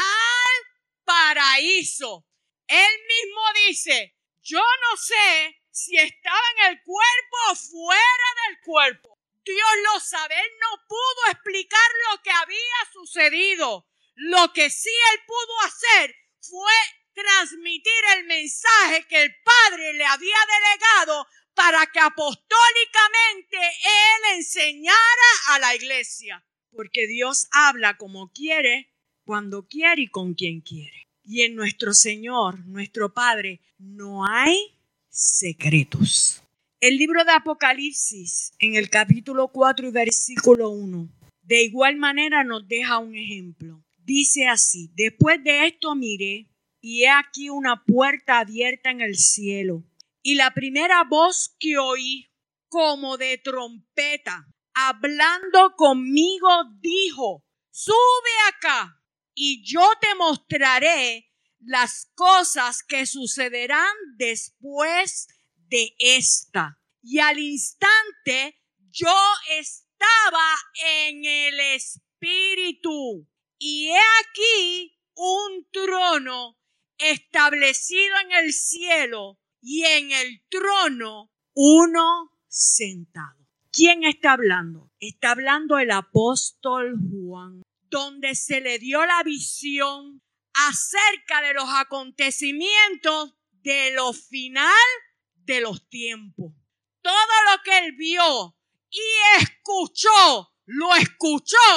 A: al paraíso. Él mismo dice, yo no sé si estaba en el cuerpo o fuera del cuerpo. Dios lo sabe. Él no pudo explicar lo que había sucedido. Lo que sí él pudo hacer fue transmitir el mensaje que el Padre le había delegado para que apostólicamente él enseñara a la iglesia. Porque Dios habla como quiere, cuando quiere y con quien quiere. Y en nuestro Señor, nuestro Padre, no hay secretos. El libro de Apocalipsis, en el capítulo 4 y versículo 1, de igual manera nos deja un ejemplo. Dice así: después de esto miré, y he aquí una puerta abierta en el cielo. Y la primera voz que oí, como de trompeta, hablando conmigo, dijo: sube acá, y yo te mostraré las cosas que sucederán después de esta. Y al instante yo estaba en el Espíritu, y he aquí un trono establecido en el cielo, y en el trono uno sentado. ¿Quién está hablando? Está hablando el apóstol Juan, donde se le dio la visión acerca de los acontecimientos de lo final de los tiempos. Todo lo que él vio y escuchó, lo escuchó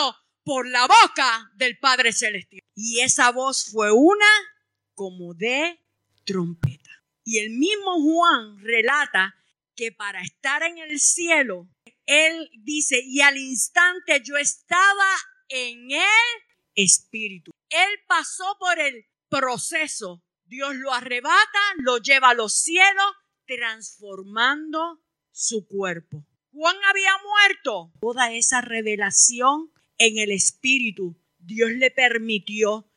A: por la boca del Padre Celestial. Y esa voz fue una como de trompeta. Y el mismo Juan relata que para estar en el cielo, él dice, y al instante yo estaba en el Espíritu. Él pasó por el proceso. Dios lo arrebata, lo lleva a los cielos, transformando su cuerpo. Juan había muerto. Toda esa revelación en el Espíritu, Dios le permitió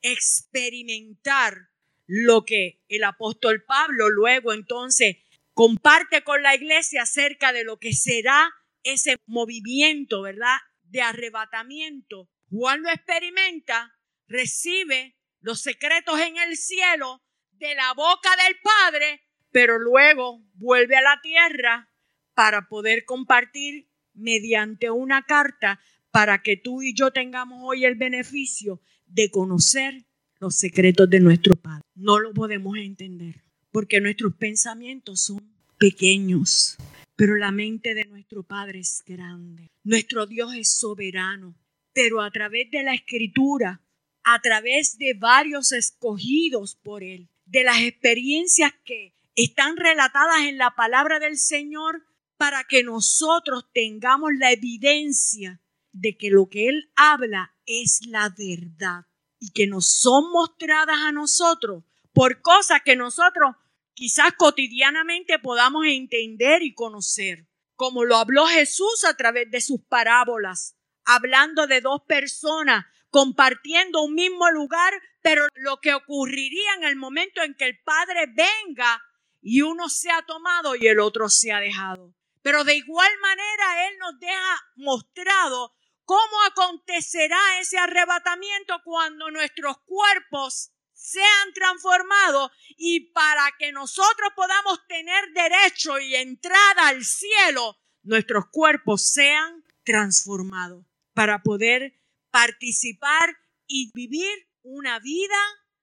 A: experimentar lo que el apóstol Pablo luego entonces comparte con la iglesia acerca de lo que será ese movimiento, ¿verdad?, de arrebatamiento. Juan lo experimenta, recibe los secretos en el cielo de la boca del Padre, pero luego vuelve a la tierra para poder compartir mediante una carta para que tú y yo tengamos hoy el beneficio de conocer los secretos de nuestro Padre. No lo podemos entender porque nuestros pensamientos son pequeños, pero la mente de nuestro Padre es grande. Nuestro Dios es soberano, pero a través de la Escritura, a través de varios escogidos por Él, de las experiencias que están relatadas en la palabra del Señor, para que nosotros tengamos la evidencia de que lo que Él habla es la verdad y que nos son mostradas a nosotros por cosas que nosotros quizás cotidianamente podamos entender y conocer, como lo habló Jesús a través de sus parábolas, hablando de dos personas compartiendo un mismo lugar, pero lo que ocurriría en el momento en que el Padre venga y uno sea tomado y el otro sea dejado. Pero de igual manera Él nos deja mostrado cómo acontecerá ese arrebatamiento cuando nuestros cuerpos sean transformados, y para que nosotros podamos tener derecho y entrada al cielo, nuestros cuerpos sean transformados para poder participar y vivir una vida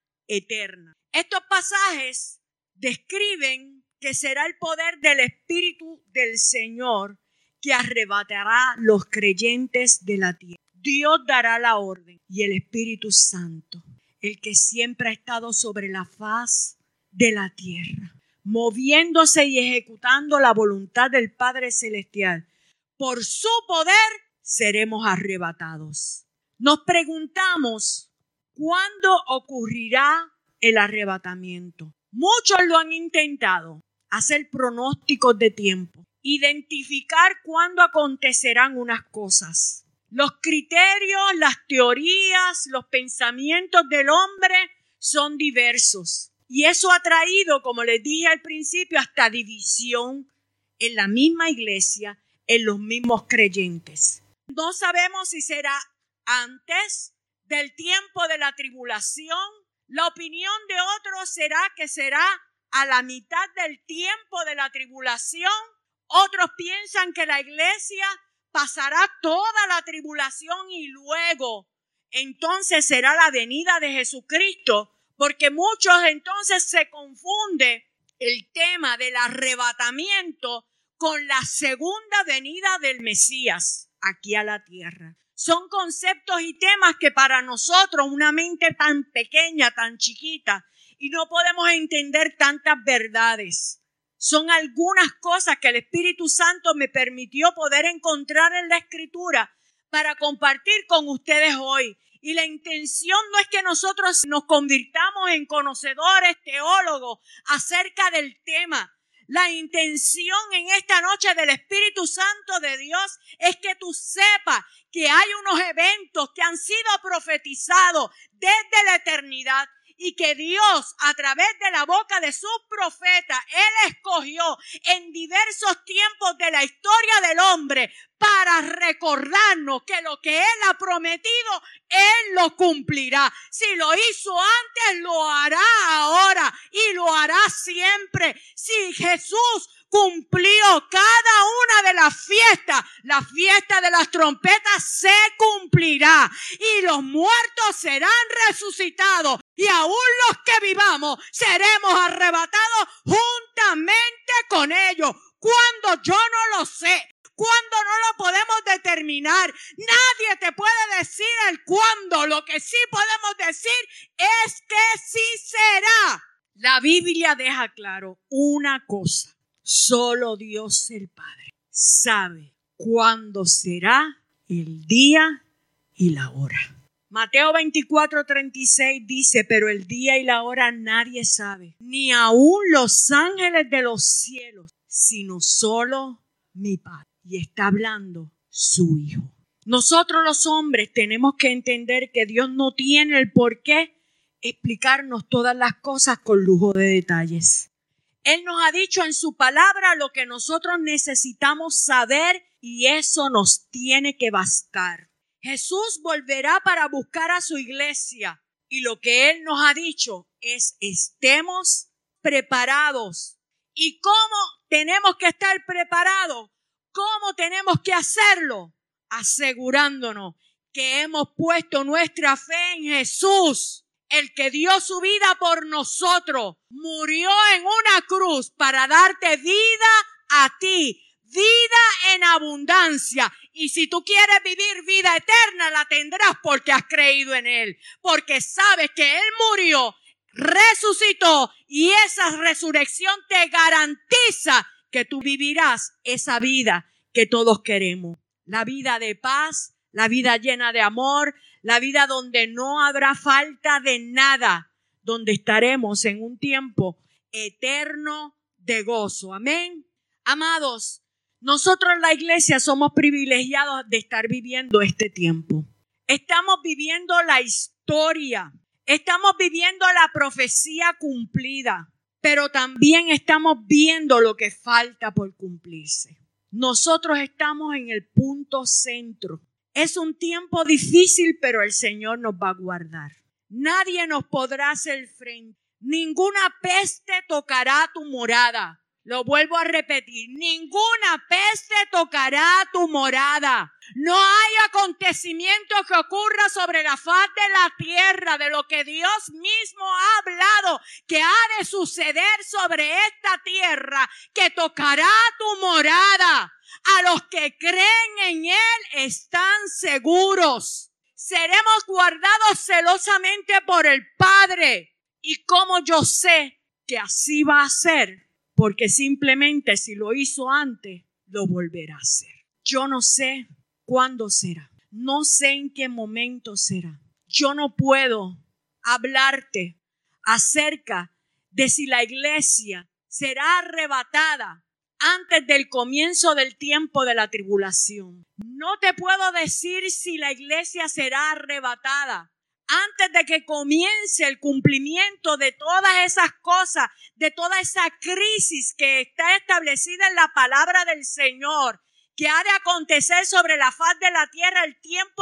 A: eterna. Estos pasajes describen que será el poder del Espíritu del Señor que arrebatará los creyentes de la tierra. Dios dará la orden y el Espíritu Santo, el que siempre ha estado sobre la faz de la tierra, moviéndose y ejecutando la voluntad del Padre Celestial, por su poder seremos arrebatados. Nos preguntamos, ¿cuándo ocurrirá el arrebatamiento? Muchos lo han intentado, hacer pronósticos de tiempo, identificar cuándo acontecerán unas cosas. Los criterios, las teorías, los pensamientos del hombre son diversos. Y eso ha traído, como les dije al principio, hasta división en la misma iglesia, en los mismos creyentes. No sabemos si será antes del tiempo de la tribulación. La opinión de otros será que será a la mitad del tiempo de la tribulación. Otros piensan que la iglesia pasará toda la tribulación y luego entonces será la venida de Jesucristo, porque muchos entonces se confunde el tema del arrebatamiento con la segunda venida del Mesías aquí a la tierra. Son conceptos y temas que para nosotros, una mente tan pequeña, tan chiquita, y no podemos entender tantas verdades. Son algunas cosas que el Espíritu Santo me permitió poder encontrar en la Escritura para compartir con ustedes hoy. Y la intención no es que nosotros nos convirtamos en conocedores, teólogos acerca del tema. La intención en esta noche del Espíritu Santo de Dios es que tú sepas que hay unos eventos que han sido profetizados desde la eternidad y que Dios, a través de la boca de sus profetas, Él escogió en diversos tiempos de la historia del hombre para recordarnos que lo que Él ha prometido, Él lo cumplirá. Si lo hizo antes, lo hará ahora y lo hará siempre. Si Jesús cumplió cada una de las fiestas, la fiesta de las trompetas se cumplirá y los muertos serán resucitados y aún los que vivamos seremos arrebatados juntamente con ellos. Cuando yo no lo sé, cuando no lo podemos determinar, determinar. Nadie te puede decir el cuándo. Lo que sí podemos decir es que sí será. La Biblia deja claro una cosa. Solo Dios el Padre sabe cuándo será el día y la hora. Mateo 24:36 dice, pero el día y la hora nadie sabe, ni aun los ángeles de los cielos, sino solo mi Padre. Y está hablando su Hijo. Nosotros los hombres tenemos que entender que Dios no tiene el por qué explicarnos todas las cosas con lujo de detalles. Él nos ha dicho en su palabra lo que nosotros necesitamos saber y eso nos tiene que bastar. Jesús volverá para buscar a su iglesia y lo que Él nos ha dicho es estemos preparados. ¿Y cómo tenemos que estar preparados? ¿Cómo tenemos que hacerlo? Asegurándonos que hemos puesto nuestra fe en Jesús, el que dio su vida por nosotros, murió en una cruz para darte vida a ti, vida en abundancia. Y si tú quieres vivir vida eterna, la tendrás porque has creído en Él, porque sabes que Él murió, resucitó y esa resurrección te garantiza que tú vivirás esa vida que todos queremos. La vida de paz, la vida llena de amor, la vida donde no habrá falta de nada, donde estaremos en un tiempo eterno de gozo. Amén. Amados, nosotros en la iglesia somos privilegiados de estar viviendo este tiempo. Estamos viviendo la historia, estamos viviendo la profecía cumplida, pero también estamos viendo lo que falta por cumplirse. Nosotros estamos en el punto centro. Es un tiempo difícil, pero el Señor nos va a guardar. Nadie nos podrá hacer frente. Ninguna peste tocará tu morada. Lo vuelvo a repetir. Ninguna peste tocará tu morada. No hay acontecimiento que ocurra sobre la faz de la tierra de lo que Dios mismo ha hablado que ha de suceder sobre esta tierra que tocará tu morada. A los que creen en Él están seguros. Seremos guardados celosamente por el Padre. ¿Y cómo yo sé que así va a ser? Porque simplemente si lo hizo antes, lo volverá a hacer. Yo no sé cuándo será. No sé en qué momento será. Yo no puedo hablarte acerca de si la iglesia será arrebatada antes del comienzo del tiempo de la tribulación. No te puedo decir si la iglesia será arrebatada antes de que comience el cumplimiento de todas esas cosas, de toda esa crisis que está establecida en la palabra del Señor, que ha de acontecer sobre la faz de la tierra, el tiempo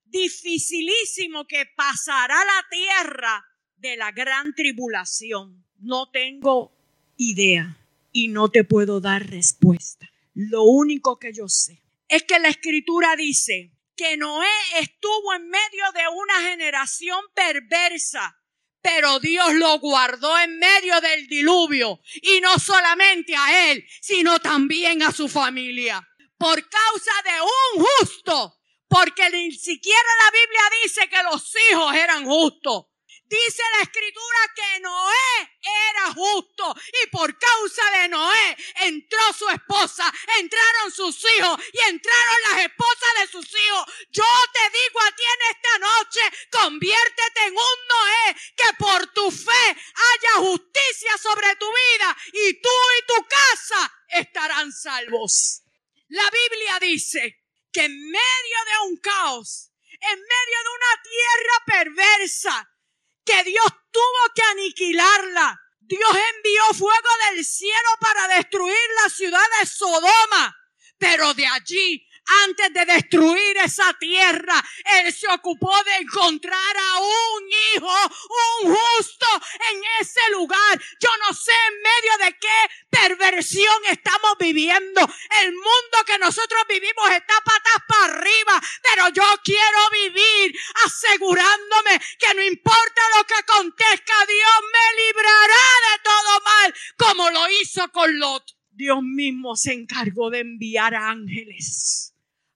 A: dificilísimo que pasará la tierra de la gran tribulación. No tengo idea. Y no te puedo dar respuesta. Lo único que yo sé es que la Escritura dice que Noé estuvo en medio de una generación perversa, pero Dios lo guardó en medio del diluvio. Y no solamente a él, sino también a su familia. Por causa de un justo, porque ni siquiera la Biblia dice que los hijos eran justos. Dice la Escritura que Noé era justo y por causa de Noé entró su esposa, entraron sus hijos y entraron las esposas de sus hijos. Yo te digo a ti en esta noche, conviértete en un Noé que por tu fe haya justicia sobre tu vida y tú y tu casa estarán salvos. La Biblia dice que en medio de un caos, en medio de una tierra perversa, que Dios tuvo que aniquilarla. Dios envió fuego del cielo para destruir la ciudad de Sodoma. Pero de allí, antes de destruir esa tierra, Él se ocupó de encontrar a un hijo, un justo en ese lugar. Yo no sé en medio de qué perversión estamos viviendo. El mundo que nosotros vivimos está patas para arriba, pero yo quiero vivir asegurándome que no importa lo que acontezca, Dios me librará de todo mal, como lo hizo con Lot. Dios mismo se encargó de enviar ángeles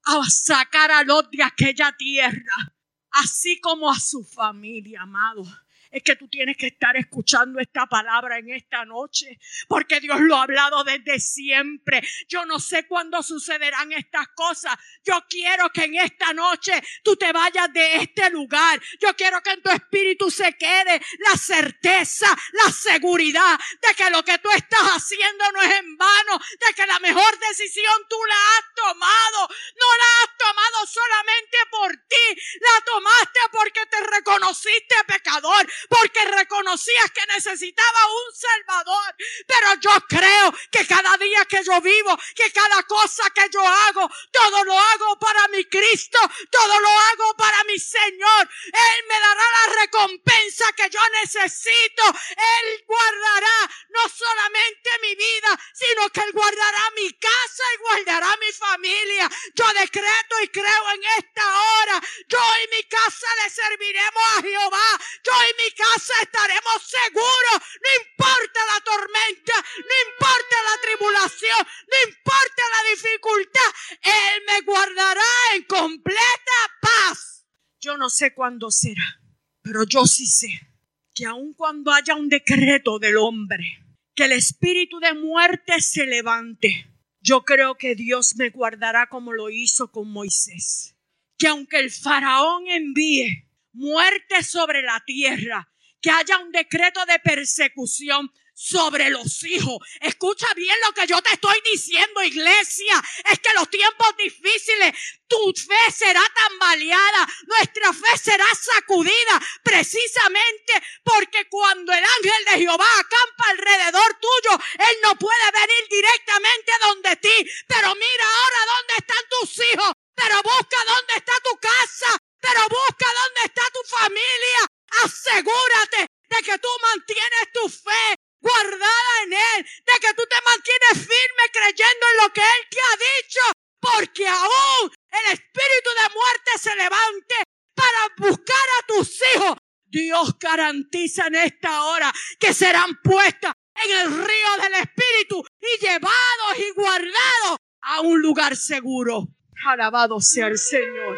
A: a sacar a Lot de aquella tierra, así como a su familia, amado. Es que tú tienes que estar escuchando esta palabra en esta noche, porque Dios lo ha hablado desde siempre. Yo no sé cuándo sucederán estas cosas. Yo quiero que en esta noche tú te vayas de este lugar. Yo quiero que en tu espíritu se quede la certeza, la seguridad de que lo que tú estás haciendo no es en vano, de que la mejor decisión tú la has tomado. No la has tomado solamente por ti, la tomaste porque te reconociste pecador, porque reconocías que necesitaba un Salvador. Pero yo creo que cada día que yo vivo, que cada cosa que yo hago, todo lo hago para mi Cristo, todo lo hago para mi Señor. Él me dará la recompensa que yo necesito. Él guardará no solamente mi vida, sino que Él guardará mi casa y guardará mi familia. Yo decreto y creo en esta hora. Yo y mi casa le serviremos a Jehová. Yo y mi casa estaremos seguros. No importa la tormenta, no importa la tribulación, no importa la dificultad. Él me guardará en completa paz. Yo no sé cuándo será, pero yo sí sé que aun cuando haya un decreto del hombre, que el espíritu de muerte se levante, yo creo que Dios me guardará como lo hizo con Moisés. Que aunque el faraón envíe muerte sobre la tierra, que haya un decreto de persecución sobre los hijos. Escucha bien lo que yo te estoy diciendo, iglesia. Es que los tiempos difíciles, tu fe será tambaleada, nuestra fe será sacudida, precisamente porque cuando el ángel de Jehová acampa alrededor tuyo, Él no puede venir directamente donde ti. Pero mira ahora dónde están tus hijos, pero busca dónde está tu casa, pero busca dónde está tu familia. Asegúrate de que tú mantienes tu fe guardada en Él, de que tú te mantienes firme creyendo en lo que Él te ha dicho, porque aún el espíritu de muerte se levante para buscar a tus hijos. Dios garantiza en esta hora que serán puestas en el río del espíritu y llevados y guardados a un lugar seguro. Alabado sea el Señor.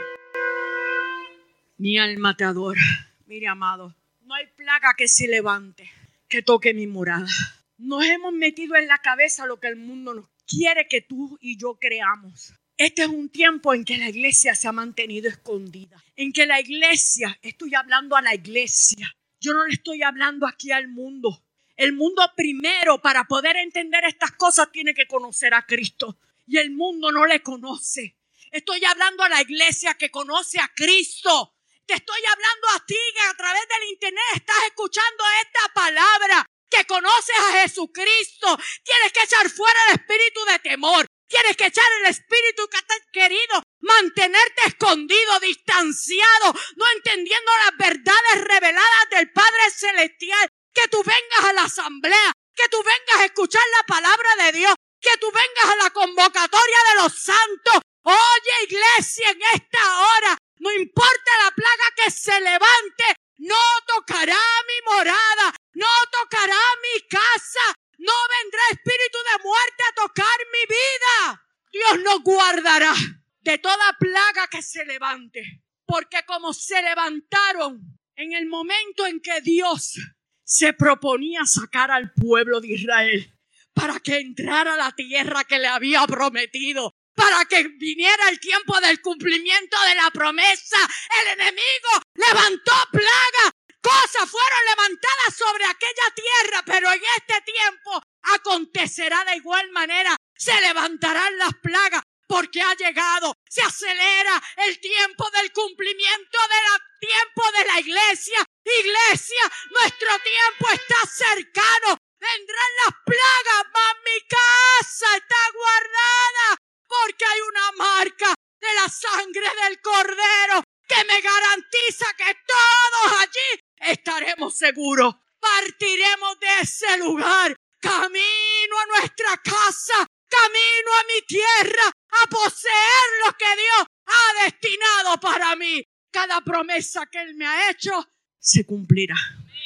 A: Mi alma te adora. Mire, amado, no hay plaga que se levante, que toque mi morada. Nos hemos metido en la cabeza lo que el mundo nos quiere que tú y yo creamos. Este es un tiempo en que la iglesia se ha mantenido escondida. En que la iglesia, estoy hablando a la iglesia. Yo no le estoy hablando aquí al mundo. El mundo primero, para poder entender estas cosas, tiene que conocer a Cristo. Y el mundo no le conoce. Estoy hablando a la iglesia que conoce a Cristo. Te estoy hablando a ti que a través del internet estás escuchando esta palabra, que conoces a Jesucristo. Tienes que echar fuera el espíritu de temor. Tienes que echar el espíritu que te ha querido mantenerte escondido, distanciado, no entendiendo las verdades reveladas del Padre Celestial. Que tú vengas a la asamblea, que tú vengas a escuchar la palabra de Dios, que tú vengas a la convocatoria de los santos. Oye, iglesia, en esta hora, no importa la plaga que se levante, no tocará mi morada, no tocará mi casa, no vendrá espíritu de muerte a tocar mi vida. Dios nos guardará de toda plaga que se levante, porque como se levantaron en el momento en que Dios se proponía sacar al pueblo de Israel para que entrara a la tierra que le había prometido, para que viniera el tiempo del cumplimiento de la promesa, el enemigo levantó plaga. Cosas fueron levantadas sobre aquella tierra, pero en este tiempo acontecerá de igual manera. Se levantarán las plagas porque ha llegado, se acelera el tiempo del cumplimiento del tiempo de la iglesia. Iglesia, nuestro tiempo está cercano. Vendrán las plagas, mas mi casa está guardada. Porque hay una marca de la sangre del Cordero que me garantiza que todos allí estaremos seguros. Partiremos de ese lugar, camino a nuestra casa, camino a mi tierra, a poseer lo que Dios ha destinado para mí. Cada promesa que Él me ha hecho se cumplirá.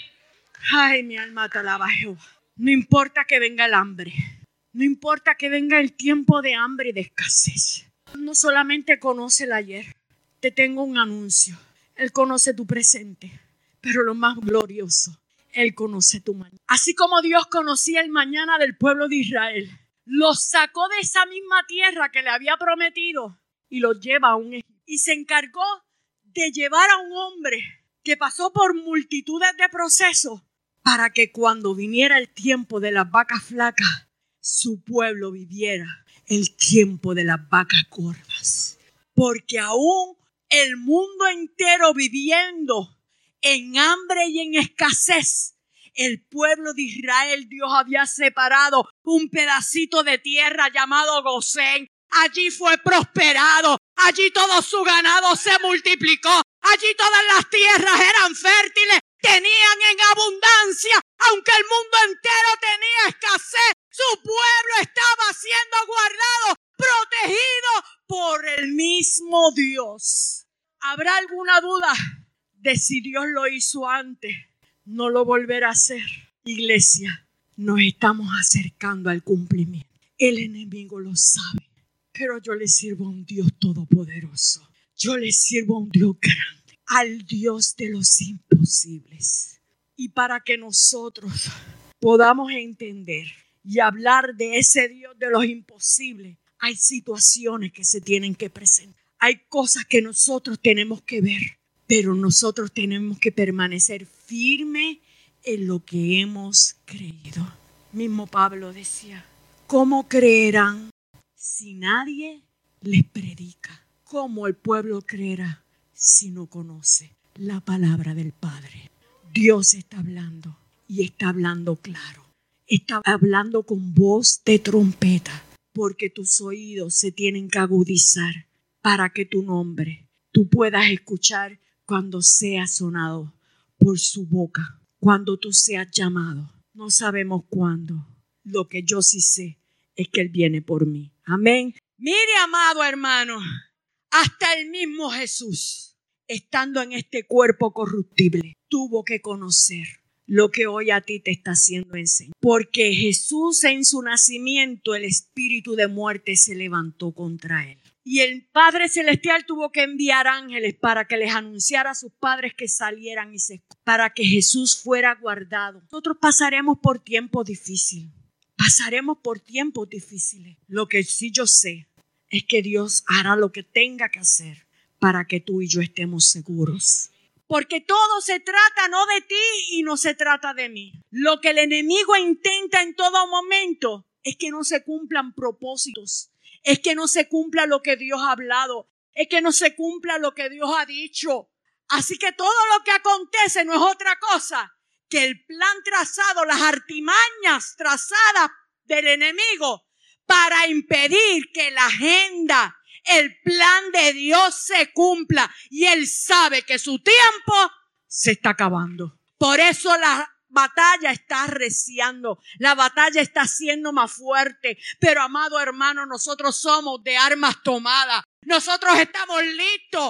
A: Ay, mi alma te alaba, Jehová. No importa que venga el hambre. No importa que venga el tiempo de hambre y de escasez. no solamente conoce el ayer. Te tengo un anuncio. Él conoce tu presente, pero lo más glorioso, Él conoce tu mañana. Así como Dios conocía el mañana del pueblo de Israel, los sacó de esa misma tierra que le había prometido y los lleva a un Egipto. Y se encargó de llevar a un hombre que pasó por multitudes de procesos para que cuando viniera el tiempo de las vacas flacas, su pueblo viviera el tiempo de las vacas gordas. Porque aún el mundo entero viviendo en hambre y en escasez, el pueblo de Israel, Dios había separado un pedacito de tierra llamado Gosén. Allí fue prosperado, allí todo su ganado se multiplicó, allí todas las tierras eran fértiles, tenían en abundancia, aunque el mundo entero tenía escasez, su pueblo estaba siendo guardado, protegido por el mismo Dios. ¿Habrá alguna duda de si Dios lo hizo antes? No lo volverá a hacer. Iglesia, nos estamos acercando al cumplimiento. El enemigo lo sabe, pero yo le sirvo a un Dios todopoderoso. Yo le sirvo a un Dios grande, al Dios de los imposibles. Y para que nosotros podamos entender y hablar de ese Dios de los imposibles, hay situaciones que se tienen que presentar. Hay cosas que nosotros tenemos que ver, pero nosotros tenemos que permanecer firmes en lo que hemos creído. Mismo Pablo decía, ¿cómo creerán si nadie les predica? ¿Cómo el pueblo creerá si no conoce la palabra del Padre? Dios está hablando y está hablando claro. Está hablando con voz de trompeta, porque tus oídos se tienen que agudizar para que tu nombre tú puedas escuchar cuando sea sonado por su boca, cuando tú seas llamado. No sabemos cuándo. Lo que yo sí sé es que Él viene por mí. Amén. Mire, amado hermano, hasta el mismo Jesús, estando en este cuerpo corruptible, tuvo que conocer lo que hoy a ti te está haciendo enseñar. Porque Jesús en su nacimiento, el espíritu de muerte se levantó contra Él. Y el Padre Celestial tuvo que enviar ángeles para que les anunciara a sus padres que salieran para que Jesús fuera guardado. Nosotros pasaremos por tiempos difíciles. Pasaremos por tiempos difíciles. Lo que sí yo sé es que Dios hará lo que tenga que hacer para que tú y yo estemos seguros. Porque todo se trata no de ti y no se trata de mí. Lo que el enemigo intenta en todo momento es que no se cumplan propósitos. Es que no se cumpla lo que Dios ha hablado. Es que no se cumpla lo que Dios ha dicho. Así que todo lo que acontece no es otra cosa que el plan trazado, las artimañas trazadas del enemigo para impedir que la agenda, el plan de Dios se cumpla. Y Él sabe que su tiempo se está acabando. Por eso la batalla está arreciando, la batalla está siendo más fuerte. Pero amado hermano, nosotros somos de armas tomadas. Nosotros estamos listos.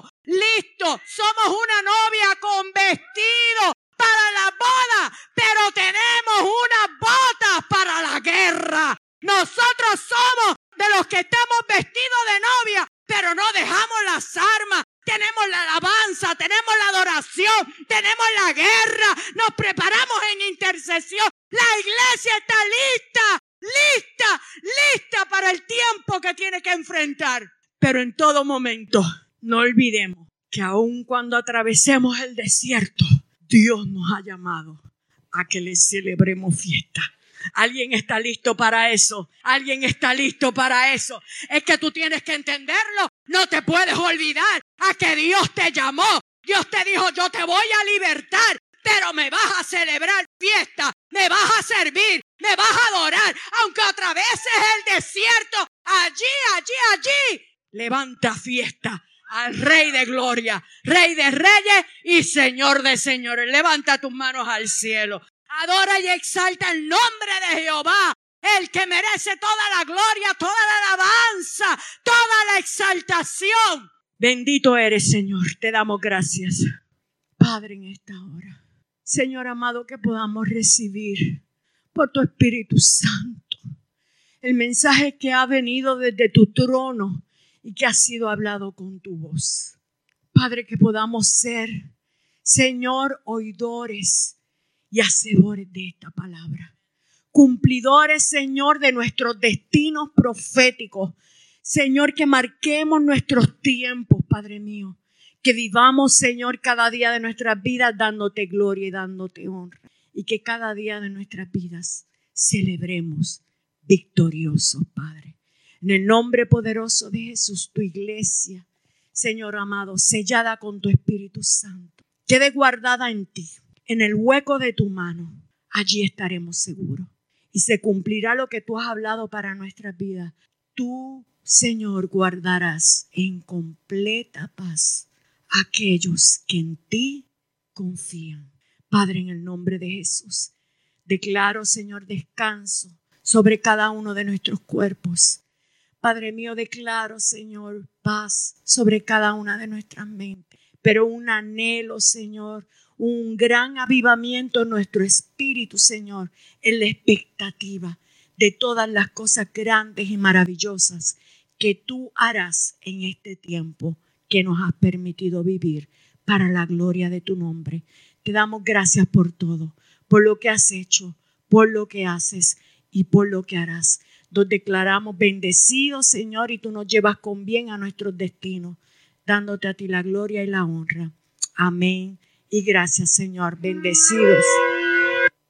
A: Somos una novia con vestido para la boda, pero tenemos unas botas para la guerra. Nosotros somos de los que estamos vestidos de novia, pero no dejamos las armas. Tenemos la alabanza, tenemos la adoración, tenemos la guerra, nos preparamos en intercesión. La iglesia está lista para el tiempo que tiene que enfrentar. Pero en todo momento, no olvidemos que aun cuando atravesemos el desierto, Dios nos ha llamado a que le celebremos fiesta. ¿Alguien está listo para eso? ¿Alguien está listo para eso? Es que tú tienes que entenderlo. No te puedes olvidar a que Dios te llamó. Dios te dijo, yo te voy a libertar, pero me vas a celebrar fiesta, me vas a servir, me vas a adorar. Aunque atraveses el desierto, allí, levanta fiesta al Rey de Gloria, Rey de Reyes y Señor de Señores. Levanta tus manos al cielo. Adora y exalta el nombre de Jehová, el que merece toda la gloria, toda la alabanza, toda la exaltación. Bendito eres, Señor. Te damos gracias, Padre, en esta hora. Señor amado, que podamos recibir por tu Espíritu Santo el mensaje que ha venido desde tu trono y que has sido hablado con tu voz. Padre, que podamos ser, Señor, oidores y hacedores de esta palabra. Cumplidores, Señor, de nuestros destinos proféticos. Señor, que marquemos nuestros tiempos, Padre mío. Que vivamos, Señor, cada día de nuestras vidas dándote gloria y dándote honra. Y que cada día de nuestras vidas celebremos victoriosos, Padre. En el nombre poderoso de Jesús, tu iglesia, Señor amado, sellada con tu Espíritu Santo, quede guardada en ti, en el hueco de tu mano. Allí estaremos seguros. Y se cumplirá lo que tú has hablado para nuestras vidas. Tú, Señor, guardarás en completa paz a aquellos que en ti confían. Padre, en el nombre de Jesús, declaro, Señor, descanso sobre cada uno de nuestros cuerpos. Padre mío, declaro, Señor, paz sobre cada una de nuestras mentes, pero un anhelo, Señor, un gran avivamiento en nuestro espíritu, Señor, en la expectativa de todas las cosas grandes y maravillosas que tú harás en este tiempo que nos has permitido vivir para la gloria de tu nombre. Te damos gracias por todo, por lo que has hecho, por lo que haces y por lo que harás. Nos declaramos bendecidos, Señor, y tú nos llevas con bien a nuestros destinos, dándote a ti la gloria y la honra. Amén. Y gracias, Señor. Bendecidos.